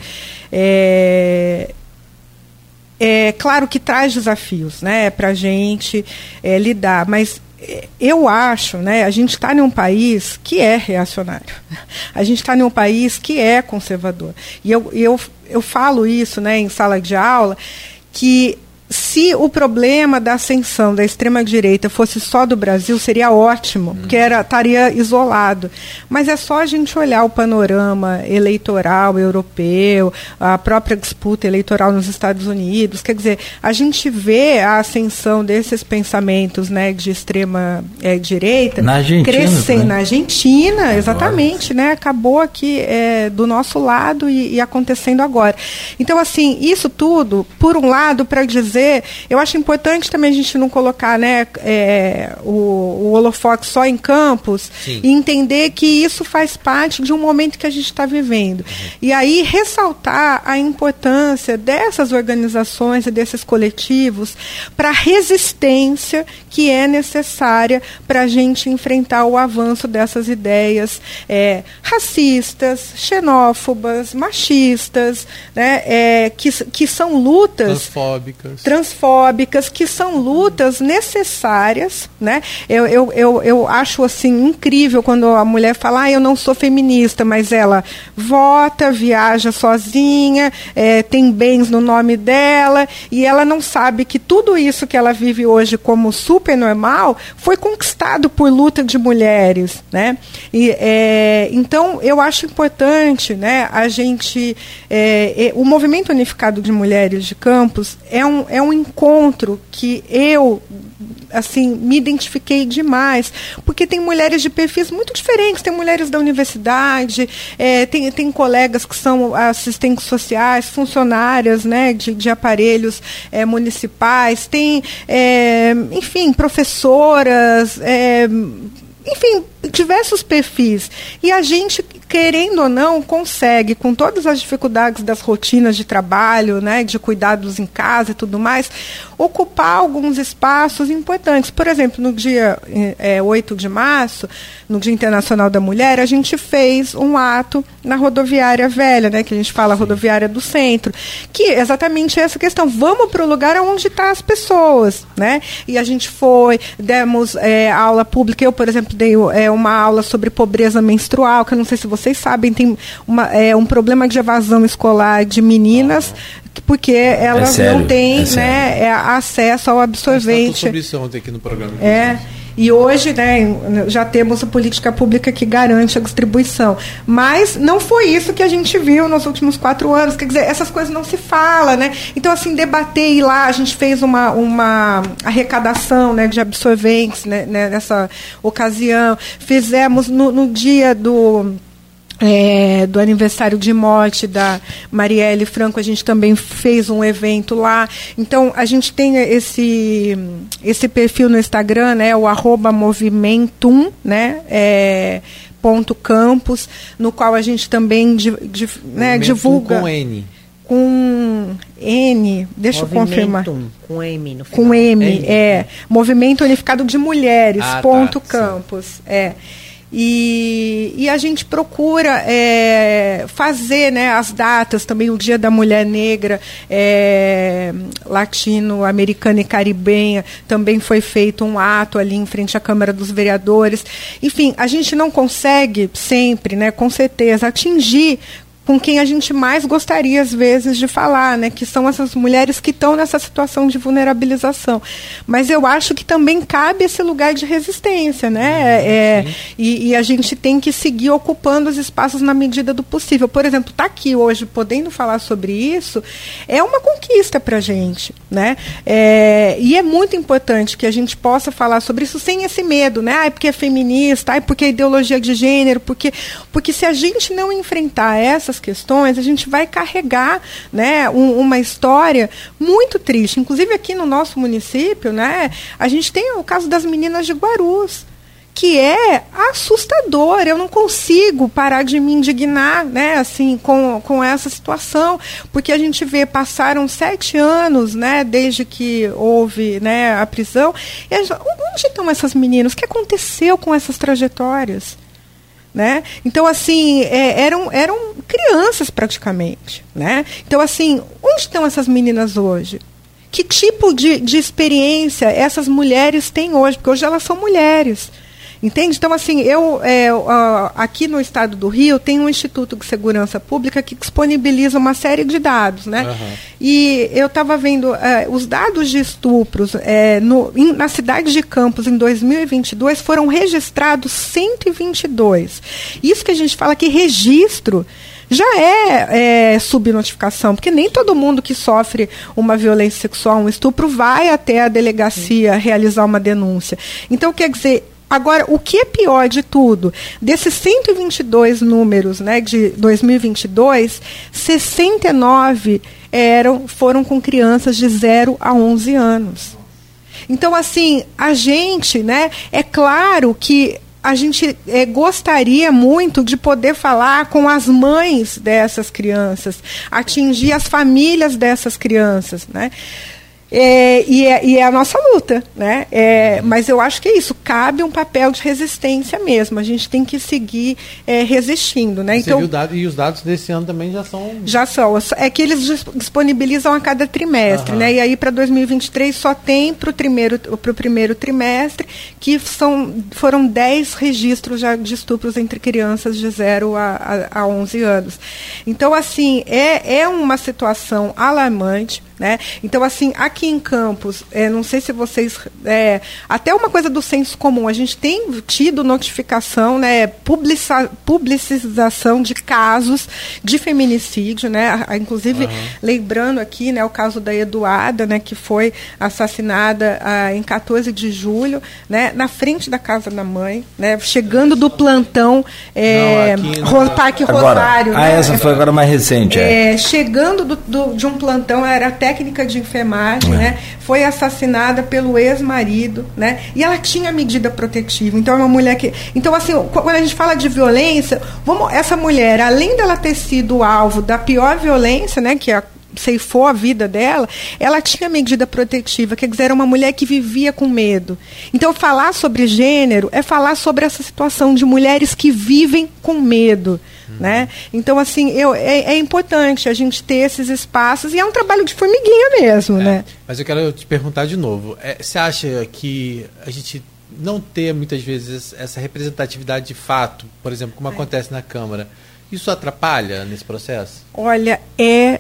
é, é claro que traz desafios, né, para a gente é, lidar, mas eu acho, né, a gente está em um país que é reacionário, a gente está em um país que é conservador, e eu, eu, eu falo isso, né, em sala de aula, que se o problema da ascensão da extrema-direita fosse só do Brasil, seria ótimo, porque era, estaria isolado. Mas é só a gente olhar o panorama eleitoral europeu, a própria disputa eleitoral nos Estados Unidos. Quer dizer, a gente vê a ascensão desses pensamentos, né, de extrema-direita na Argentina, crescendo. Né? Na Argentina, exatamente. Né, acabou aqui é, do nosso lado e, e acontecendo agora. Então, assim, isso tudo, por um lado, para dizer dizer, eu acho importante também a gente não colocar, né, é, o, o holofote só em Campos. Sim. E entender que isso faz parte de um momento que a gente está vivendo. Uhum. E aí ressaltar a importância dessas organizações e desses coletivos para a resistência que é necessária para a gente enfrentar o avanço dessas ideias é, racistas, xenófobas, machistas, né, é, que, que são lutas transfóbicas. transfóbicas, que são lutas necessárias, né? Eu, eu, eu, eu acho assim incrível quando a mulher fala, ah, eu não sou feminista, mas ela vota, viaja sozinha, é, tem bens no nome dela, e ela não sabe que tudo isso que ela vive hoje como super normal foi conquistado por luta de mulheres, né? E, é, então eu acho importante, né, a gente é, é, o Movimento Unificado de Mulheres de Campos é um, é um encontro que eu assim, me identifiquei demais, porque tem mulheres de perfis muito diferentes, tem mulheres da universidade, é, tem, tem colegas que são assistentes sociais, funcionárias, né, de, de aparelhos é, municipais, tem, é, enfim, professoras, é, enfim, diversos perfis. E a gente, querendo ou não, consegue, com todas as dificuldades das rotinas de trabalho, né, de cuidados em casa e tudo mais, ocupar alguns espaços importantes. Por exemplo, no dia é, oito de março, no Dia Internacional da Mulher, a gente fez um ato na rodoviária velha, né, que a gente fala rodoviária do centro, que é exatamente essa questão. Vamos para o lugar onde estão as pessoas, né? E a gente foi, demos é, aula pública. Eu, por exemplo, dei é, uma aula sobre pobreza menstrual, que eu não sei se vocês sabem, tem uma, é, um problema de evasão escolar de meninas, porque elas é sério, não têm é né, é, acesso ao absorvente. Sobre isso ontem aqui no programa. É. E hoje, né, já temos a política pública que garante a distribuição. Mas não foi isso que a gente viu nos últimos quatro anos. Quer dizer, essas coisas não se falam, né? Então, assim, debater e lá, a gente fez uma, uma arrecadação, né, de absorventes, né, nessa ocasião. Fizemos no, no dia do... É, do aniversário de morte da Marielle Franco, a gente também fez um evento lá. Então, a gente tem esse, esse perfil no Instagram, né, o arroba movimentum, né, é, ponto campus, no qual a gente também di, di, né, divulga... com N. Com N, deixa Movimentum, eu confirmar. Com M no final. Com M, M. é. Movimento Unificado de Mulheres, ah, ponto tá, campus, sim. é. E, e a gente procura é, fazer, né, as datas, também o Dia da Mulher Negra, é, latino-americana e caribenha, também foi feito um ato ali em frente à Câmara dos Vereadores. Enfim, a gente não consegue sempre, né, com certeza, atingir com quem a gente mais gostaria, às vezes, de falar, né, que são essas mulheres que estão nessa situação de vulnerabilização. Mas eu acho que também cabe esse lugar de resistência, né? É, e, e a gente tem que seguir ocupando os espaços na medida do possível. Por exemplo, estar tá aqui hoje podendo falar sobre isso é uma conquista para a gente, né? É, e é muito importante que a gente possa falar sobre isso sem esse medo, né? Ah, é porque é feminista, ah, é porque é ideologia de gênero, porque, porque se a gente não enfrentar essa questões, a gente vai carregar, né, um, uma história muito triste. Inclusive aqui no nosso município, né, a gente tem o caso das meninas de Guarus, que é assustador. Eu não consigo parar de me indignar, né, assim, com, com essa situação, porque a gente vê, passaram sete anos, né, desde que houve, né, a prisão, e a gente, onde estão essas meninas? O que aconteceu com essas trajetórias? Né? Então, assim, é, eram, eram crianças praticamente, né? Então, assim, onde estão essas meninas hoje? Que tipo de, de experiência essas mulheres têm hoje? Porque hoje elas são mulheres. Entende? Então, assim, eu, é, uh, aqui no estado do Rio, tem um Instituto de Segurança Pública que disponibiliza uma série de dados, né? Uhum. E eu estava vendo uh, os dados de estupros é, no, in, na cidade de Campos, em dois mil e vinte e dois, foram registrados cento e vinte e dois. Isso que a gente fala que registro já é, é subnotificação, porque nem todo mundo que sofre uma violência sexual, um estupro, vai até a delegacia realizar uma denúncia. Então, quer dizer... Agora, o que é pior de tudo, desses cento e vinte e dois números, né, de dois mil e vinte e dois, sessenta e nove eram, foram com crianças de zero a onze anos. Então, assim, a gente, né, é claro que a gente é, gostaria muito de poder falar com as mães dessas crianças, atingir as famílias dessas crianças, né? É, e, é, e é a nossa luta, né? É, mas eu acho que é isso, cabe um papel de resistência mesmo, a gente tem que seguir é, resistindo, né? Então, viu dado, e os dados desse ano também já são... Já são, é que eles disponibilizam a cada trimestre, uhum. né? E aí para dois mil e vinte e três só tem para o primeiro, pro primeiro trimestre, que são, foram dez registros já de estupros entre crianças de zero a, a, a onze anos. Então, assim, é, é uma situação alarmante, né? Então, assim, aqui em Campos, é, não sei se vocês... É, até uma coisa do senso comum, a gente tem tido notificação, né, publica, publicização de casos de feminicídio, né? Inclusive, uhum. lembrando aqui, né, o caso da Eduarda, né, que foi assassinada ah, em quatorze de julho, né, na frente da casa da mãe, né, chegando do plantão é, não, Parque agora, Rosário. Ah, né? essa foi agora mais recente. É, é. Chegando do, do, de um plantão, era técnica de enfermagem, é. né? Foi assassinada pelo ex-marido, né? E ela tinha medida protetiva. Então, é uma mulher que... Então, assim, quando a gente fala de violência, vamos, essa mulher, além dela ter sido alvo da pior violência, né? Que a ceifou a vida dela, ela tinha medida protetiva, quer dizer, era uma mulher que vivia com medo. Então, falar sobre gênero é falar sobre essa situação de mulheres que vivem com medo. Uhum. Né? Então, assim, eu, é, é importante a gente ter esses espaços, e é um trabalho de formiguinha mesmo. É, né? Mas eu quero te perguntar de novo, é, você acha que a gente não ter, muitas vezes, essa representatividade de fato, por exemplo, como é. acontece na Câmara, isso atrapalha nesse processo? Olha, é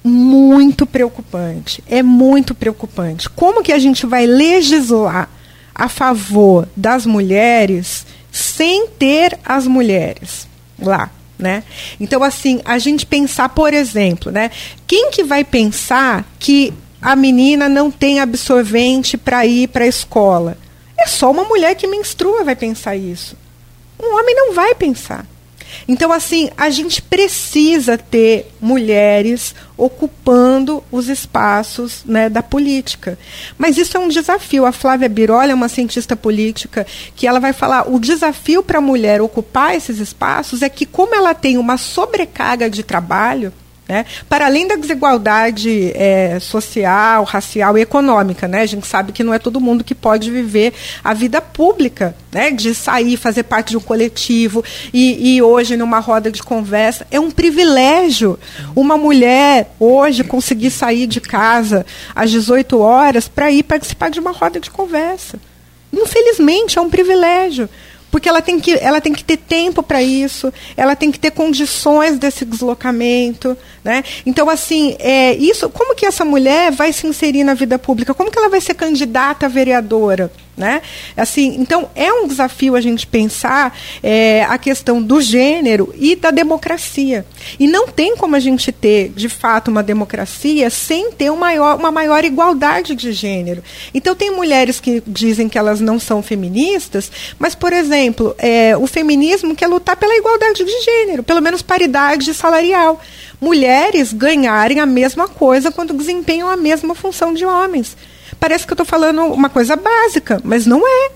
muito preocupante, é muito preocupante. Como que a gente vai legislar a favor das mulheres sem ter as mulheres lá, né? Então, assim, a gente pensar, por exemplo, né? Quem que vai pensar que a menina não tem absorvente para ir para a escola? É só uma mulher que menstrua vai pensar isso. Um homem não vai pensar. Então, assim, a gente precisa ter mulheres ocupando os espaços, né, da política. Mas isso é um desafio. A Flávia Biroli é uma cientista política que ela vai falar, o desafio para a mulher ocupar esses espaços é que, como ela tem uma sobrecarga de trabalho, né, para além da desigualdade é, social, racial e econômica, né, a gente sabe que não é todo mundo que pode viver a vida pública, né, de sair, fazer parte de um coletivo e, e hoje numa roda de conversa. É um privilégio uma mulher hoje conseguir sair de casa às dezoito horas para ir participar de uma roda de conversa. Infelizmente, é um privilégio. Porque ela tem que, ela tem que ter tempo para isso, ela tem que ter condições desse deslocamento, né? Então, assim, é, isso, como que essa mulher vai se inserir na vida pública? Como que ela vai ser candidata a vereadora? Né? Assim, então, é um desafio a gente pensar é, a questão do gênero e da democracia. E não tem como a gente ter, de fato, uma democracia sem ter um maior, uma maior igualdade de gênero. Então, tem mulheres que dizem que elas não são feministas, mas, por exemplo, é, o feminismo quer lutar pela igualdade de gênero, pelo menos paridade salarial. Mulheres ganharem a mesma coisa quando desempenham a mesma função de homens. Parece que eu estou falando uma coisa básica, mas não é.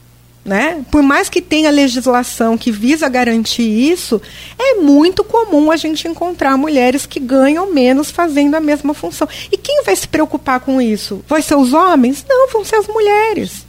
Né? Por mais que tenha legislação que visa garantir isso, é muito comum a gente encontrar mulheres que ganham menos fazendo a mesma função. E quem vai se preocupar com isso? Vai ser os homens? Não, vão ser as mulheres.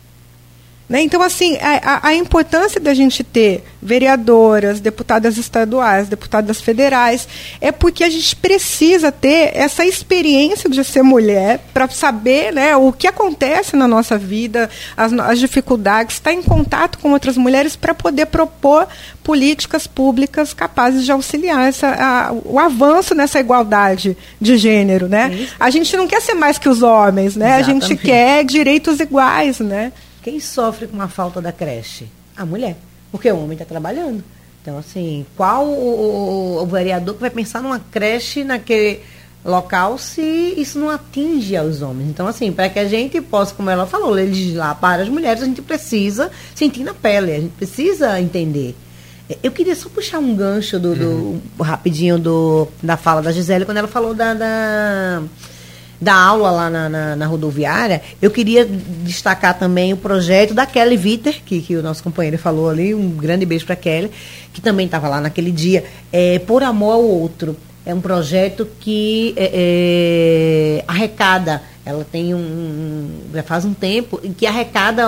Né? Então, assim, a, a importância da gente ter vereadoras, deputadas estaduais, deputadas federais, é porque a gente precisa ter essa experiência de ser mulher para saber, né, o que acontece na nossa vida, as, as dificuldades, estar em contato com outras mulheres para poder propor políticas públicas capazes de auxiliar essa, a, o avanço nessa igualdade de gênero. Né? A gente não quer ser mais que os homens, né? A gente quer direitos iguais, né? Quem sofre com a falta da creche? A mulher. Porque o homem está trabalhando. Então, assim, qual o, o, o vereador que vai pensar numa creche naquele local se isso não atinge aos homens? Então, assim, para que a gente possa, como ela falou, legislar para as mulheres, a gente precisa sentir na pele, a gente precisa entender. Eu queria só puxar um gancho do, do uhum. rapidinho do, da fala da Gisele, quando ela falou da, da, da aula lá na, na, na rodoviária. Eu queria destacar também o projeto da Kelly Viter, que, que o nosso companheiro falou ali, um grande beijo para Kelly, que também estava lá naquele dia, é, Por Amor ao Outro. É um projeto que é, é, arrecada, ela tem um, já faz um tempo, que arrecada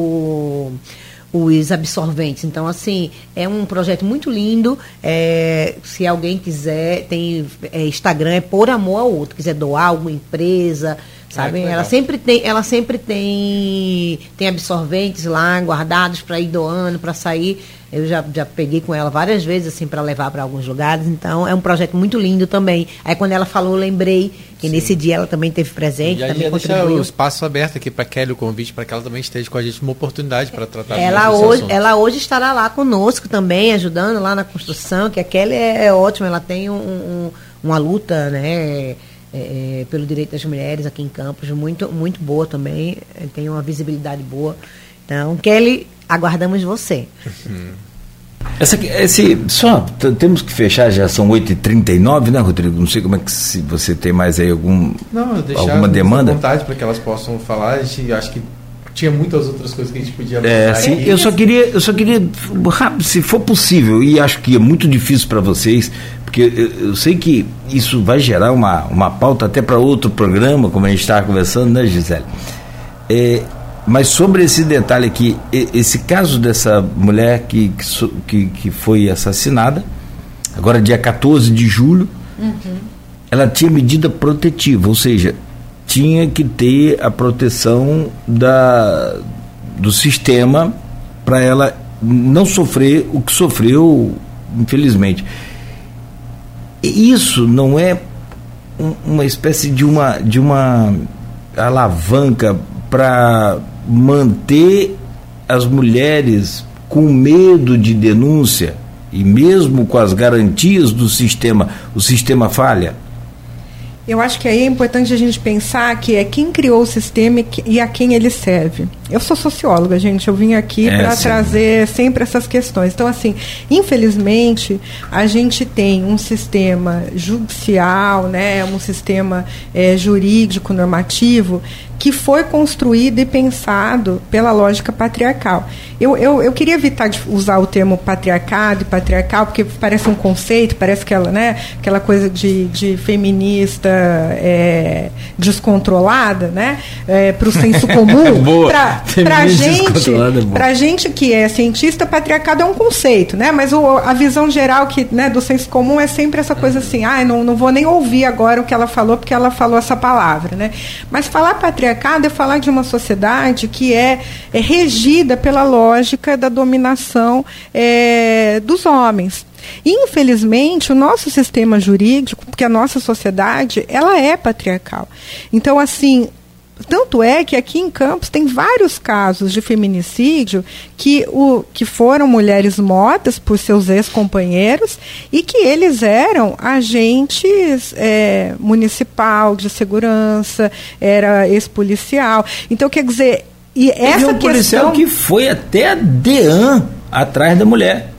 o, o, os absorventes. Então, assim, é um projeto muito lindo. É, se alguém quiser, tem é, Instagram, é Por Amor ao Outro, quiser doar alguma empresa, sabe? É, ela sempre tem, ela sempre tem, tem absorventes lá guardados para ir doando, para sair. Eu já, já peguei com ela várias vezes, assim, para levar para alguns lugares. Então, é um projeto muito lindo também. Aí, quando ela falou, eu lembrei que Sim. nesse dia ela também teve presente. E também já deixar o espaço aberto aqui para Kelly, o convite, para que ela também esteja com a gente, uma oportunidade para tratar ela hoje Ela hoje estará lá conosco também, ajudando lá na construção, que a Kelly é, é ótima, ela tem um, um, uma luta, né, é, pelo direito das mulheres aqui em Campos, muito, muito boa também, tem uma visibilidade boa. Então, Kelly, aguardamos você. Essa, esse, só, t- temos que fechar, já são oito e trinta e nove, né, Rodrigo? Não sei como é que, se você tem mais aí algum, Não, alguma demanda. À vontade para que elas possam falar. A gente, acho que tinha muitas outras coisas que a gente podia falar. É, sim, eu só queria, eu só queria, se for possível, e acho que é muito difícil para vocês, porque eu, eu sei que isso vai gerar uma, uma pauta até para outro programa, como a gente estava conversando, né, Gisele? É, mas sobre esse detalhe aqui, esse caso dessa mulher que, que, que foi assassinada, agora dia quatorze de julho, uhum. ela tinha medida protetiva, ou seja, tinha que ter a proteção da, do sistema para ela não sofrer o que sofreu, infelizmente. E isso não é um, uma espécie de uma, de uma alavanca para manter as mulheres com medo de denúncia, e mesmo com as garantias do sistema, o sistema falha? Eu acho que aí é importante a gente pensar que é quem criou o sistema e a quem ele serve. Eu sou socióloga, gente, eu vim aqui é, para trazer sempre essas questões. Então, assim, infelizmente, a gente tem um sistema judicial, né, um sistema é, jurídico, normativo, que foi construído e pensado pela lógica patriarcal. Eu, eu, eu queria evitar de usar o termo patriarcado e patriarcal, porque parece um conceito, parece aquela, né, aquela coisa de, de feminista é, descontrolada, né, é, para o senso comum. Para gente, pra gente que é cientista, patriarcado é um conceito, né, mas o, a visão geral que, né, do senso comum é sempre essa coisa assim, ah, não, não vou nem ouvir agora o que ela falou, porque ela falou essa palavra, né? Mas falar patriarcado é falar de uma sociedade que é, é regida pela lógica da dominação é, dos homens. Infelizmente, o nosso sistema jurídico, porque a nossa sociedade, ela é patriarcal. Então, assim, tanto é que aqui em Campos tem vários casos de feminicídio que, o, que foram mulheres mortas por seus ex-companheiros e que eles eram agentes é, municipal de segurança, era ex-policial. Então, quer dizer, e essa um policial questão... que foi até a DEAN atrás da mulher,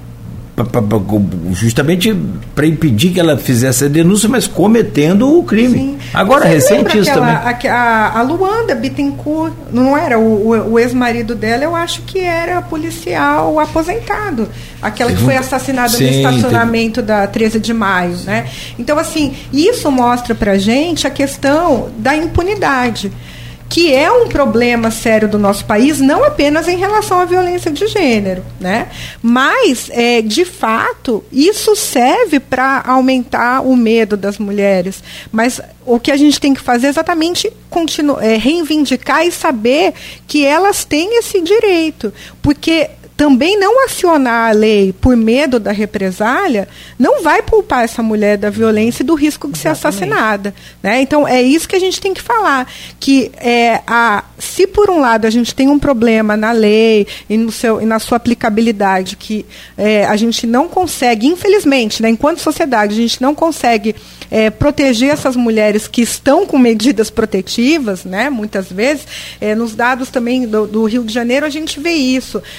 justamente para impedir que ela fizesse a denúncia, mas cometendo o crime. Sim. Agora, você recente isso aquela, também. A, a Luanda Bittencourt, não era? O, o, o ex-marido dela, eu acho que era policial aposentado. Aquela que foi assassinada Sim, no estacionamento teve... da treze de maio. Né? Então, assim, isso mostra pra gente a questão da impunidade, que é um problema sério do nosso país, não apenas em relação à violência de gênero, né? Mas, é, de fato, isso serve para aumentar o medo das mulheres. Mas o que a gente tem que fazer é exatamente continu- é, reivindicar e saber que elas têm esse direito, porque também não acionar a lei por medo da represália não vai poupar essa mulher da violência e do risco de Exatamente. ser assassinada. Né? Então, é isso que a gente tem que falar. Que é, a, se, por um lado, a gente tem um problema na lei e, no seu, e na sua aplicabilidade, que é, a gente não consegue, infelizmente, né, enquanto sociedade, a gente não consegue é, proteger essas mulheres que estão com medidas protetivas, né, muitas vezes, é, nos dados também do, do Rio de Janeiro, a gente vê isso. Um número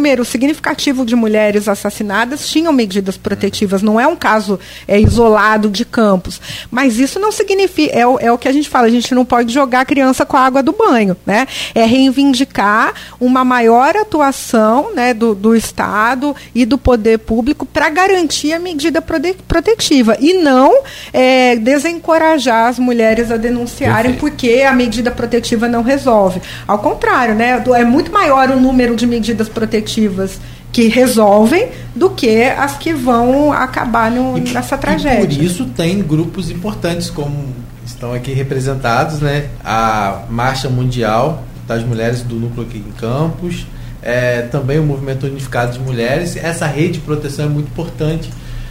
número significativo de mulheres assassinadas tinham medidas protetivas. Não é um caso é, isolado de Campos. Mas isso não significa... É o, é o que a gente fala, a gente não pode jogar a criança com a água do banho, né? É reivindicar uma maior atuação, né, do, do Estado e do poder público para garantir a medida prote- protetiva. E não é, desencorajar as mulheres a denunciarem. Perfeito. Porque a medida protetiva não resolve. Ao contrário, né? É muito maior o número de medidas protetivas que resolvem do que as que vão acabar no, e, nessa tragédia. E por isso tem grupos importantes como estão aqui representados, né? A Marcha Mundial das Mulheres do Núcleo aqui em Campos, é, também o Movimento Unificado de Mulheres. Essa rede de proteção é muito importante.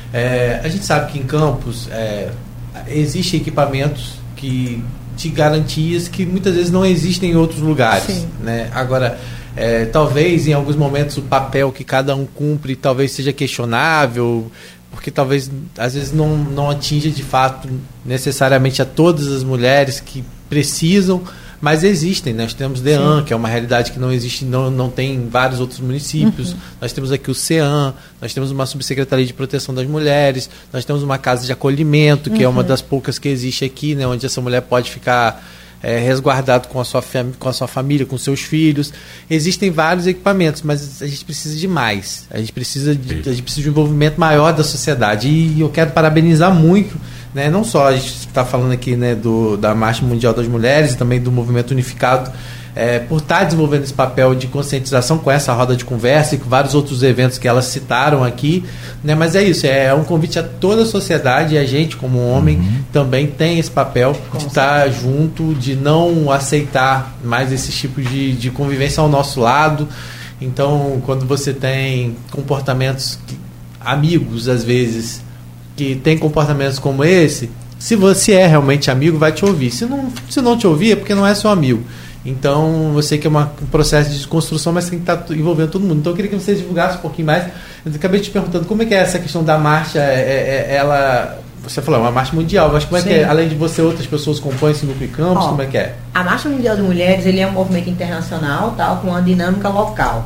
É, a gente sabe que em Campos é, existem equipamentos que de garantias que muitas vezes não existem em outros lugares, né? Agora, é, talvez em alguns momentos o papel que cada um cumpre talvez seja questionável, porque talvez às vezes não, não atinja de fato necessariamente a todas as mulheres que precisam, mas existem. Nós temos DEAN, Sim. que é uma realidade que não existe, não, não tem em vários outros municípios. Uhum. Nós temos aqui o CEAM, nós temos uma subsecretaria de proteção das mulheres, nós temos uma casa de acolhimento, que uhum. é uma das poucas que existe aqui, né, onde essa mulher pode ficar é, resguardado com a, sua fam- com a sua família, com seus filhos. Existem vários equipamentos, mas a gente precisa de mais. A gente precisa de, a gente precisa de um envolvimento maior da sociedade. E eu quero parabenizar muito, né, não só a gente está falando aqui, né, do, da Marcha Mundial das Mulheres e também do Movimento Unificado, é, por estar tá desenvolvendo esse papel de conscientização com essa roda de conversa e com vários outros eventos que elas citaram aqui, né, mas é isso, é um convite a toda a sociedade, e a gente como homem uhum. também tem esse papel de estar tá junto, de não aceitar mais esses tipos de, de convivência ao nosso lado. Então, quando você tem comportamentos que, amigos às vezes que tem comportamentos como esse, se você é realmente amigo, vai te ouvir. Se não, se não te ouvir, é porque não é seu amigo. Então, eu sei que é uma, um processo de desconstrução, mas tem que estar envolvendo todo mundo. Então, eu queria que vocês divulgassem um pouquinho mais. Eu acabei te perguntando como é que é essa questão da marcha. É, é, ela, você falou, é uma marcha mundial, mas como é Sim. que é? Além de você, outras pessoas compõem esse núcleo de Campos, oh, como é que é? A Marcha Mundial de Mulheres, ele é um movimento internacional, tal, com uma dinâmica local.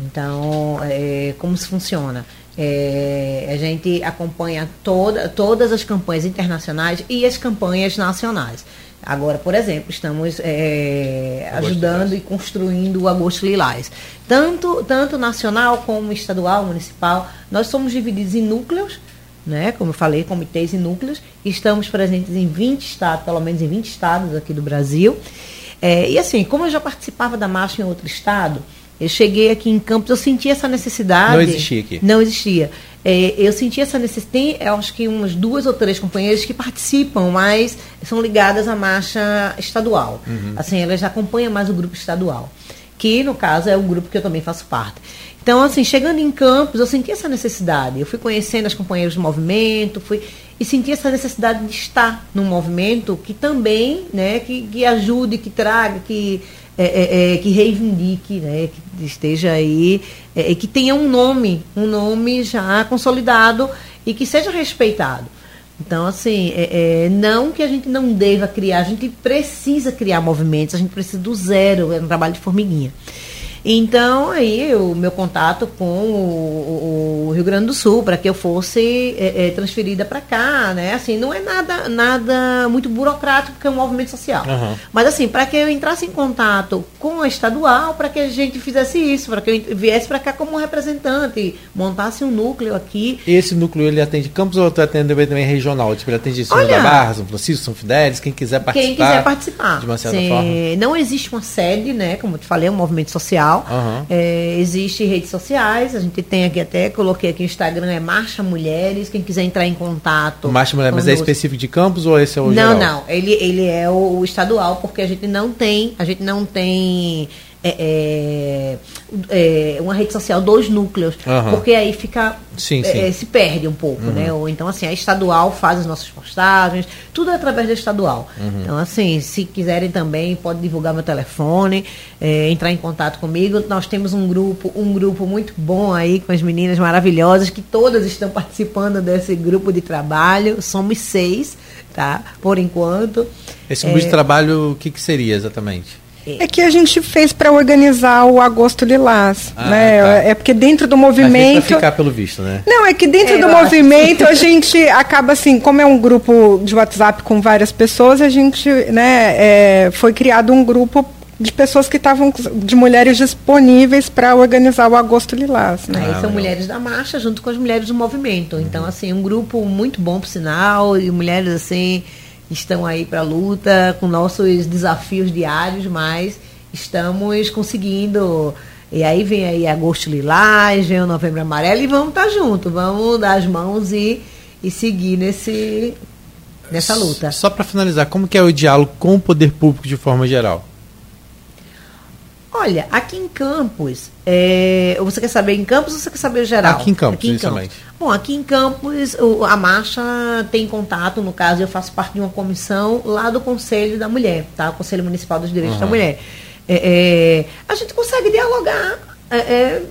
Então, é, como se funciona? É, a gente acompanha toda, todas as campanhas internacionais e as campanhas nacionais. Agora, por exemplo, estamos é, ajudando e construindo o Agosto Lilás. Tanto, tanto nacional como estadual, municipal. Nós somos divididos em núcleos, né, como eu falei, comitês e núcleos. Estamos presentes em vinte estados, pelo menos em vinte estados aqui do Brasil. É, e assim, como eu já participava da marcha em outro estado, eu cheguei aqui em Campos, eu senti essa necessidade. Não existia aqui. Não existia. É, eu senti essa necessidade. Tem, eu acho que umas duas ou três companheiras que participam, mas são ligadas à marcha estadual. Uhum. Assim, elas acompanham mais o grupo estadual, que no caso é o grupo que eu também faço parte. Então, assim, chegando em Campos, eu senti essa necessidade. Eu fui conhecendo as companheiras do movimento, fui e senti essa necessidade de estar num movimento que também, né, que, que ajude, que traga, que É, é, é, que reivindique, né, que esteja aí, é, que tenha um nome, um nome já consolidado e que seja respeitado. Então, assim, é, é, não que a gente não deva criar, a gente precisa criar movimentos, a gente precisa do zero, é um trabalho de formiguinha. Então, aí, o meu contato com o, o Rio Grande do Sul, para que eu fosse é, é, transferida para cá, né? Assim, não é nada, nada muito burocrático, porque é um movimento social. Uhum. Mas, assim, para que eu entrasse em contato com a estadual, para que a gente fizesse isso, para que eu viesse para cá como representante, montasse um núcleo aqui. E esse núcleo, ele atende Campos ou atende também regional? Tipo, ele atende São João da Barra, São Francisco, São Fidélis, quem quiser participar. Quem quiser participar. De uma certa Sim, forma. Não existe uma sede, né? Como eu te falei, é um movimento social. Uhum. É, existe redes sociais, a gente tem aqui até, coloquei aqui o Instagram, é Marcha Mulheres, quem quiser entrar em contato. Marcha Mulheres, mas é específico de Campos ou esse é o não, geral? Não, não, ele, ele é o, o estadual, porque a gente não tem, a gente não tem é, é, é, uma rede social dos núcleos, uhum. porque aí fica, sim, sim. É, se perde um pouco, uhum. né? Ou então, assim, a estadual faz as nossas postagens, tudo é através da estadual. Uhum. Então, assim, se quiserem também, pode divulgar meu telefone, é, entrar em contato comigo. Nós temos um grupo, um grupo muito bom aí, com as meninas maravilhosas, que todas estão participando desse grupo de trabalho. Somos seis, tá? Por enquanto. Esse grupo é, de trabalho, o que, que seria exatamente? É que a gente fez para organizar o Agosto Lilás, ah, né? Tá. É porque dentro do movimento... Para ficar pelo visto, né? Não, é que dentro é, do movimento acho. a gente acaba assim, como é um grupo de WhatsApp com várias pessoas, a gente, né, é, foi criado um grupo de pessoas que estavam, de mulheres disponíveis para organizar o Agosto Lilás, né? Aí ah, são mulheres da marcha junto com as mulheres do movimento. Uhum. Então, assim, um grupo muito bom, por sinal, e mulheres assim... estão aí para a luta com nossos desafios diários, mas estamos conseguindo. E aí vem aí Agosto Lilás, vem o Novembro Amarelo e vamos estar tá juntos, vamos dar as mãos e, e seguir nesse, nessa luta. Só para finalizar, como que é o diálogo com o poder público de forma geral? Olha, aqui em Campos, é, você quer saber em Campos ou você quer saber geral? Aqui em Campos, aqui em Campos. Bom, aqui em Campos, o, a marcha tem contato, no caso, eu faço parte de uma comissão lá do Conselho da Mulher, tá? O Conselho Municipal dos Direitos uhum. da Mulher. É, é, a gente consegue dialogar, é, é,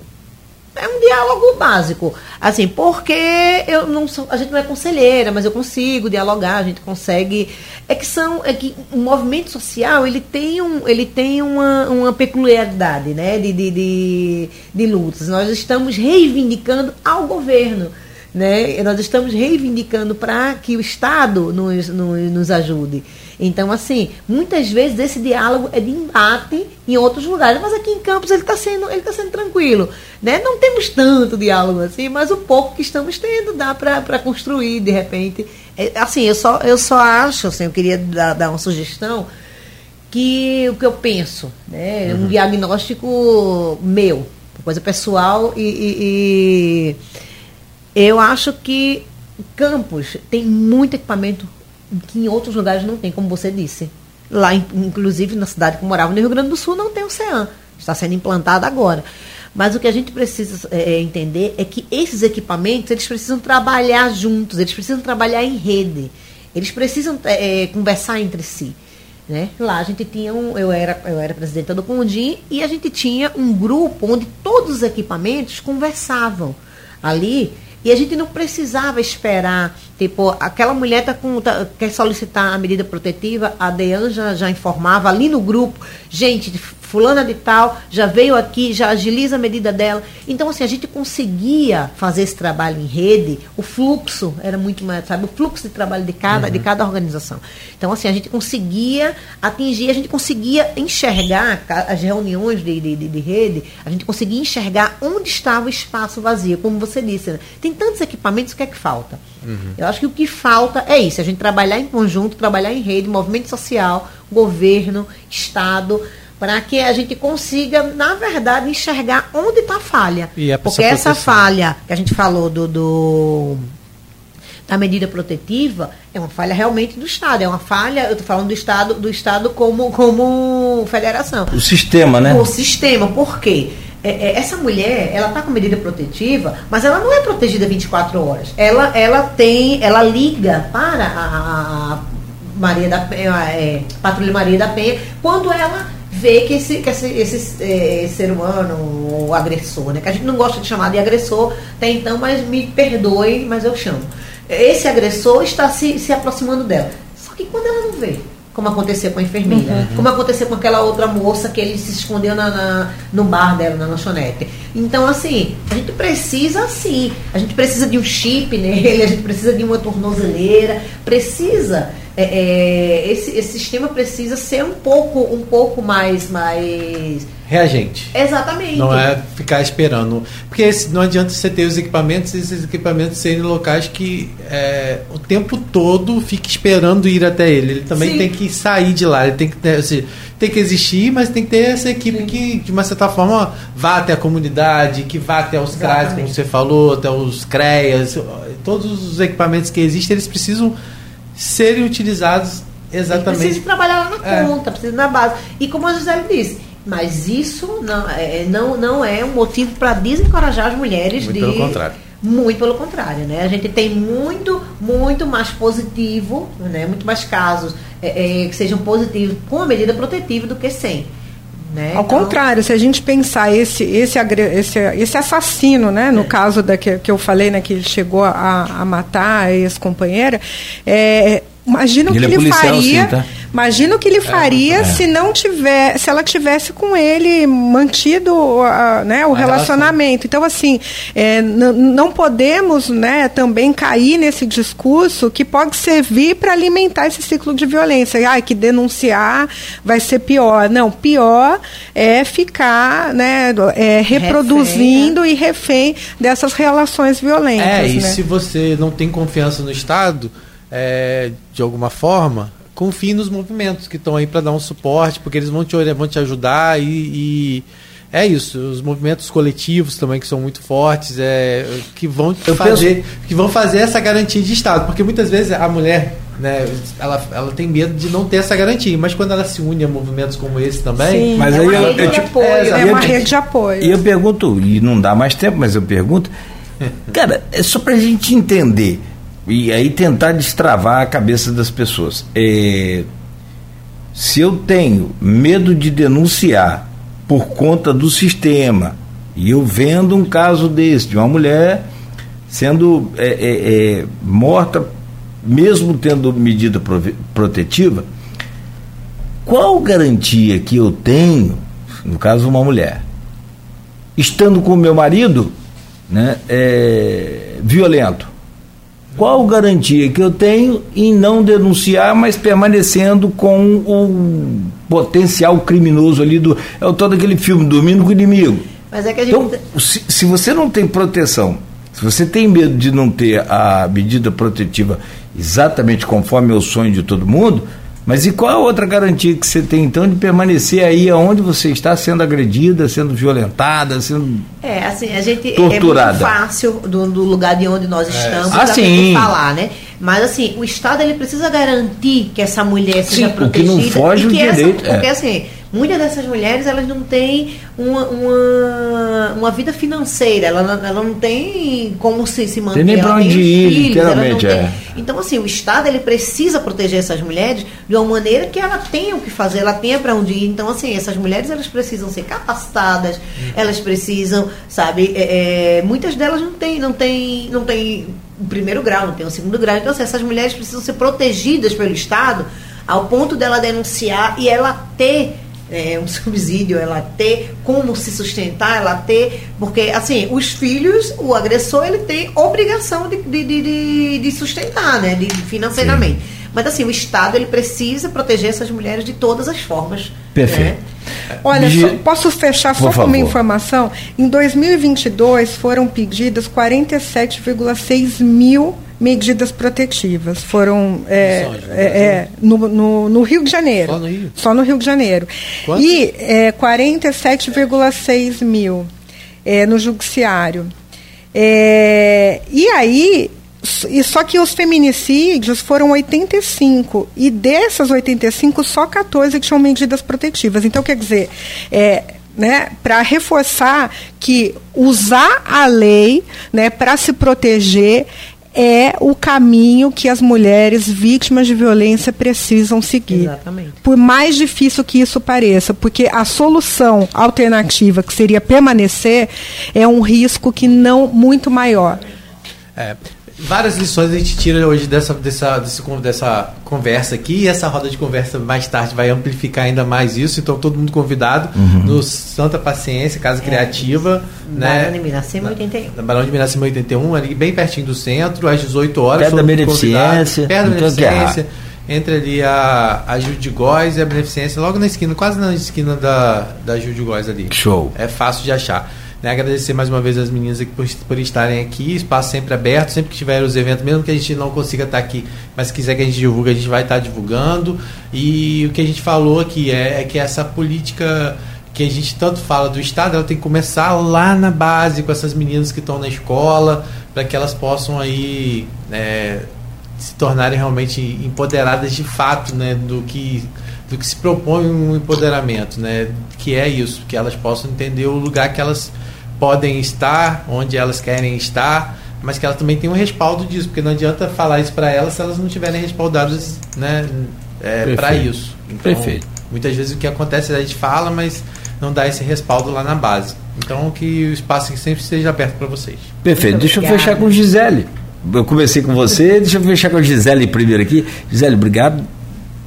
é um diálogo básico, assim, porque eu não sou, a gente não é conselheira, mas eu consigo dialogar, a gente consegue, é que são, é que o movimento social, ele tem, um, ele tem uma, uma peculiaridade, né, de, de, de, de lutas. Nós estamos reivindicando ao governo, né, nós estamos reivindicando para que o Estado nos, nos, nos ajude. Então, assim, muitas vezes esse diálogo é de embate em outros lugares, mas aqui em Campos ele está sendo, ele tá sendo tranquilo, né? Não temos tanto diálogo assim, mas o pouco que estamos tendo dá para construir, de repente. É, assim, eu só, eu só acho, assim, eu queria dar, dar uma sugestão, que o que eu penso, né? Uhum. Um diagnóstico meu, coisa pessoal, e, e, e eu acho que Campos tem muito equipamento que em outros lugares não tem, como você disse. Lá, inclusive, na cidade que eu morava, no Rio Grande do Sul, não tem o CEAM. Está sendo implantado agora. Mas o que a gente precisa é, entender é que esses equipamentos, eles precisam trabalhar juntos, eles precisam trabalhar em rede. Eles precisam é, conversar entre si. Né? Lá a gente tinha um... Eu era, eu era presidenta do Condim e a gente tinha um grupo onde todos os equipamentos conversavam. Ali... E a gente não precisava esperar, tipo, aquela mulher tá com, tá, quer solicitar a medida protetiva, a Dean já, já informava ali no grupo, gente, fulana de tal, já veio aqui, já agiliza a medida dela. Então, assim, a gente conseguia fazer esse trabalho em rede, o fluxo era muito mais, sabe, o fluxo de trabalho de cada, uhum. de cada organização. Então, assim, a gente conseguia atingir, a gente conseguia enxergar as reuniões de, de, de, de rede, a gente conseguia enxergar onde estava o espaço vazio, como você disse, né? Tem tantos equipamentos, o que é que falta? Uhum. Eu acho que o que falta é isso, a gente trabalhar em conjunto, trabalhar em rede, movimento social, governo, Estado, para que a gente consiga, na verdade, enxergar onde está a falha. E porque essa proteção. falha que a gente falou do, do, da medida protetiva é uma falha realmente do Estado, é uma falha, eu estou falando do Estado, do Estado como, como federação. O sistema, né? O sistema, por quê? Essa mulher, ela está com medida protetiva, mas ela não é protegida vinte e quatro horas. Ela, ela tem, ela liga para a, a Maria da Penha, é, Patrulha Maria da Penha, quando ela vê que esse, que esse, esse é, ser humano, o agressor, né, que a gente não gosta de chamar de agressor até então, mas me perdoe, mas eu chamo. Esse agressor está se, se aproximando dela. Só que quando ela não vê, como aconteceu com a enfermeira, uhum. como aconteceu com aquela outra moça que ele se escondeu na, na, no bar dela, na lanchonete. Então, assim, a gente precisa, sim, a gente precisa de um chip nele, a gente precisa de uma tornozeleira, precisa, é, é, esse, esse sistema precisa ser um pouco, um pouco mais, mais... reagente. Exatamente. Não é ficar esperando. Porque esse, não adianta você ter os equipamentos e esses equipamentos serem locais que é, o tempo todo fique esperando ir até ele. Ele também Sim. tem que sair de lá. Ele tem que ter, assim, tem que existir, mas tem que ter essa equipe Sim. que, de uma certa forma, vá até a comunidade, que vá até os C R A S, como você falou, até os C R E A S. Todos os equipamentos que existem, eles precisam serem utilizados exatamente. Precisa trabalhar lá na é. ponta, precisa na base. E como a Gisele disse, mas isso não é, não, não é um motivo para desencorajar as mulheres. Muito de... pelo contrário. Muito pelo contrário, né? A gente tem muito, muito mais positivo, né? Muito mais casos é, é, que sejam positivos com a medida protetiva do que sem. Né? Ao então, contrário, se a gente pensar esse, esse, esse, esse assassino, né? No é. caso da que, que eu falei, né? Que ele chegou a, a matar a ex-companheira, é, imagina o que ele, ele é policial, faria... Sim, tá? Imagina o que ele faria é. se não tiver, se ela tivesse com ele mantido uh, né, o a relacionamento. Relação. Então, assim, é, n- não podemos, né, também cair nesse discurso que pode servir para alimentar esse ciclo de violência. Ah, que denunciar vai ser pior. Não, pior é ficar, né, é, reproduzindo refém, né? e refém dessas relações violentas. É, e né? se você não tem confiança no Estado, é, de alguma forma, confie nos movimentos que estão aí para dar um suporte, porque eles vão te, vão te ajudar e, e é isso, os movimentos coletivos também que são muito fortes, é, que vão fazer, penso... que vão fazer essa garantia de Estado, porque muitas vezes a mulher, né, ela, ela tem medo de não ter essa garantia, mas quando ela se une a movimentos como esse também, Sim, mas é aí uma eu, rede eu, de eu, apoio, é, é uma eu, rede de apoio. E eu pergunto, e não dá mais tempo, mas eu pergunto, cara, é só pra gente entender e aí tentar destravar a cabeça das pessoas. É, se eu tenho medo de denunciar por conta do sistema, e eu vendo um caso desse, de uma mulher sendo é, é, é, morta, mesmo tendo medida prove- protetiva, qual garantia que eu tenho, no caso uma mulher, estando com o meu marido, né, é, violento, qual garantia que eu tenho em não denunciar, mas permanecendo com o potencial criminoso ali do... É todo aquele filme, Dormindo com o Inimigo. Mas é que a gente... Então, se, se você não tem proteção, se você tem medo de não ter a medida protetiva exatamente conforme é o sonho de todo mundo, mas e qual a outra garantia que você tem, então, de permanecer aí onde você está sendo agredida, sendo violentada, sendo É, assim, a gente torturada? É muito fácil do, do lugar de onde nós estamos Ah, sim. falar, né? Mas, assim, o Estado, ele precisa garantir que essa mulher seja Sim, protegida. o que não foge e que o essa, direito. Porque, é. assim, muitas dessas mulheres, elas não têm uma, uma, uma vida financeira, ela não, ela não tem como se, se manter. Tem nem pra onde ir, filhos, ela não literalmente, tem. é. Então, assim, o Estado, ele precisa proteger essas mulheres de uma maneira que ela tenha o que fazer, ela tenha para onde ir. Então, assim, essas mulheres, elas precisam ser capacitadas, elas precisam, sabe, é, é, muitas delas não têm, não têm, não têm o primeiro grau, não tem o segundo grau. Então, assim, essas mulheres precisam ser protegidas pelo Estado ao ponto dela denunciar e ela ter é, um subsídio, ela ter como se sustentar, ela ter... Porque, assim, os filhos, o agressor, ele tem obrigação de, de, de, de sustentar, né, de, financeiramente. Sim. Mas, assim, o Estado, ele precisa proteger essas mulheres de todas as formas. Perfeito. Né? Olha, só, posso fechar só Por com uma favor. informação? Em dois mil e vinte e dois foram pedidas quarenta e sete vírgula seis mil medidas protetivas. Foram é, é, é, no, no, no Rio de Janeiro. Só no Rio? Só no Rio de Janeiro. Quanto? E é, quarenta e sete vírgula seis mil é, no Judiciário. É, e aí... E só que os feminicídios foram oitenta e cinco, e dessas oitenta e cinco, só catorze que tinham medidas protetivas. Então, quer dizer, é, né, para reforçar que usar a lei, né, para se proteger é o caminho que as mulheres vítimas de violência precisam seguir. Exatamente. Por mais difícil que isso pareça, porque a solução alternativa, que seria permanecer, é um risco que não muito maior. É, várias lições a gente tira hoje dessa, dessa, desse, dessa conversa aqui, e essa roda de conversa mais tarde vai amplificar ainda mais isso, então todo mundo convidado uhum. no Santa Paciência, Casa é, Criativa, né? Barão de Miracema oitenta e um. Na Barão de Miracema oitenta e um, ali bem pertinho do centro, às dezoito horas. Perto da Beneficência. Perto da Beneficência. Entre ali a, a Gil de Góis e a Beneficência, logo na esquina, quase na esquina da, da Gil de Góis ali. Show. É fácil de achar. Né, agradecer mais uma vez as meninas aqui por, por estarem aqui, espaço sempre aberto, sempre que tiver os eventos, mesmo que a gente não consiga estar aqui, mas se quiser que a gente divulgue, a gente vai estar divulgando. E o que a gente falou aqui é, é que essa política que a gente tanto fala do Estado, ela tem que começar lá na base, com essas meninas que estão na escola, para que elas possam aí é, se tornarem realmente empoderadas de fato, né, do que do que se propõe um empoderamento, né, que é isso, que elas possam entender o lugar que elas podem estar, onde elas querem estar, mas que elas também tenham um respaldo disso, porque não adianta falar isso para elas se elas não tiverem respaldadas, né, é, para isso. Então, Perfeito. Muitas vezes o que acontece é a gente fala, mas não dá esse respaldo lá na base. Então que o espaço sempre esteja aberto para vocês. Perfeito. Muito deixa obrigada. eu fechar com Gisele. Eu comecei com você, deixa eu fechar com a Gisele primeiro aqui. Gisele, obrigado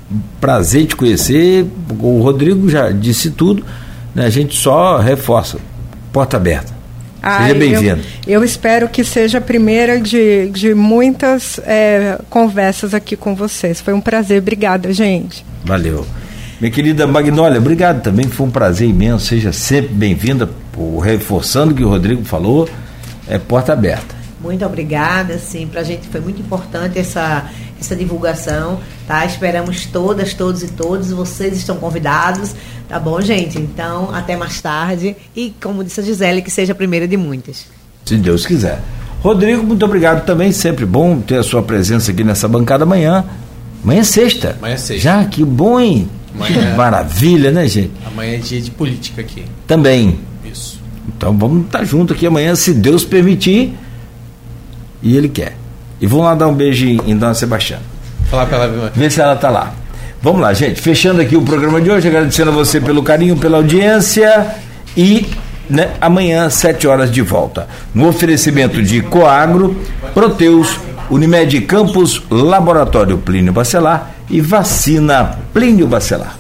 prazer te conhecer. O Rodrigo já disse tudo, né? A gente só reforça. Porta aberta. Ah, seja bem-vindo. Eu, eu espero que seja a primeira de, de muitas é, conversas aqui com vocês. Foi um prazer. Obrigada, gente. Valeu. Minha querida Magnólia, obrigado também. Foi um prazer imenso. Seja sempre bem-vinda. Reforçando o que o Rodrigo falou, é porta aberta. Muito obrigada, sim, para a gente foi muito importante essa, essa divulgação, tá? Esperamos todas, todos e todos, vocês estão convidados, tá bom, gente? Então, até mais tarde e, como disse a Gisele, que seja a primeira de muitas. Se Deus quiser. Rodrigo, muito obrigado também, sempre bom ter a sua presença aqui nessa bancada amanhã. Amanhã é sexta. Amanhã é sexta. Já, que bom, hein? Amanhã... Que maravilha, né, gente? Amanhã é dia de política aqui. Também. Isso. Então vamos estar junto aqui amanhã, se Deus permitir. E Ele quer. E vamos lá dar um beijo em Dona Sebastiana. Falar pra ela, ver se ela tá lá. Vamos lá, gente. Fechando aqui o programa de hoje, agradecendo a você pelo carinho, pela audiência. E né, amanhã, sete horas de volta. No oferecimento de Coagro, Proteus, Unimed Campos, Laboratório Plínio Bacelar e Vacina Plínio Bacelar.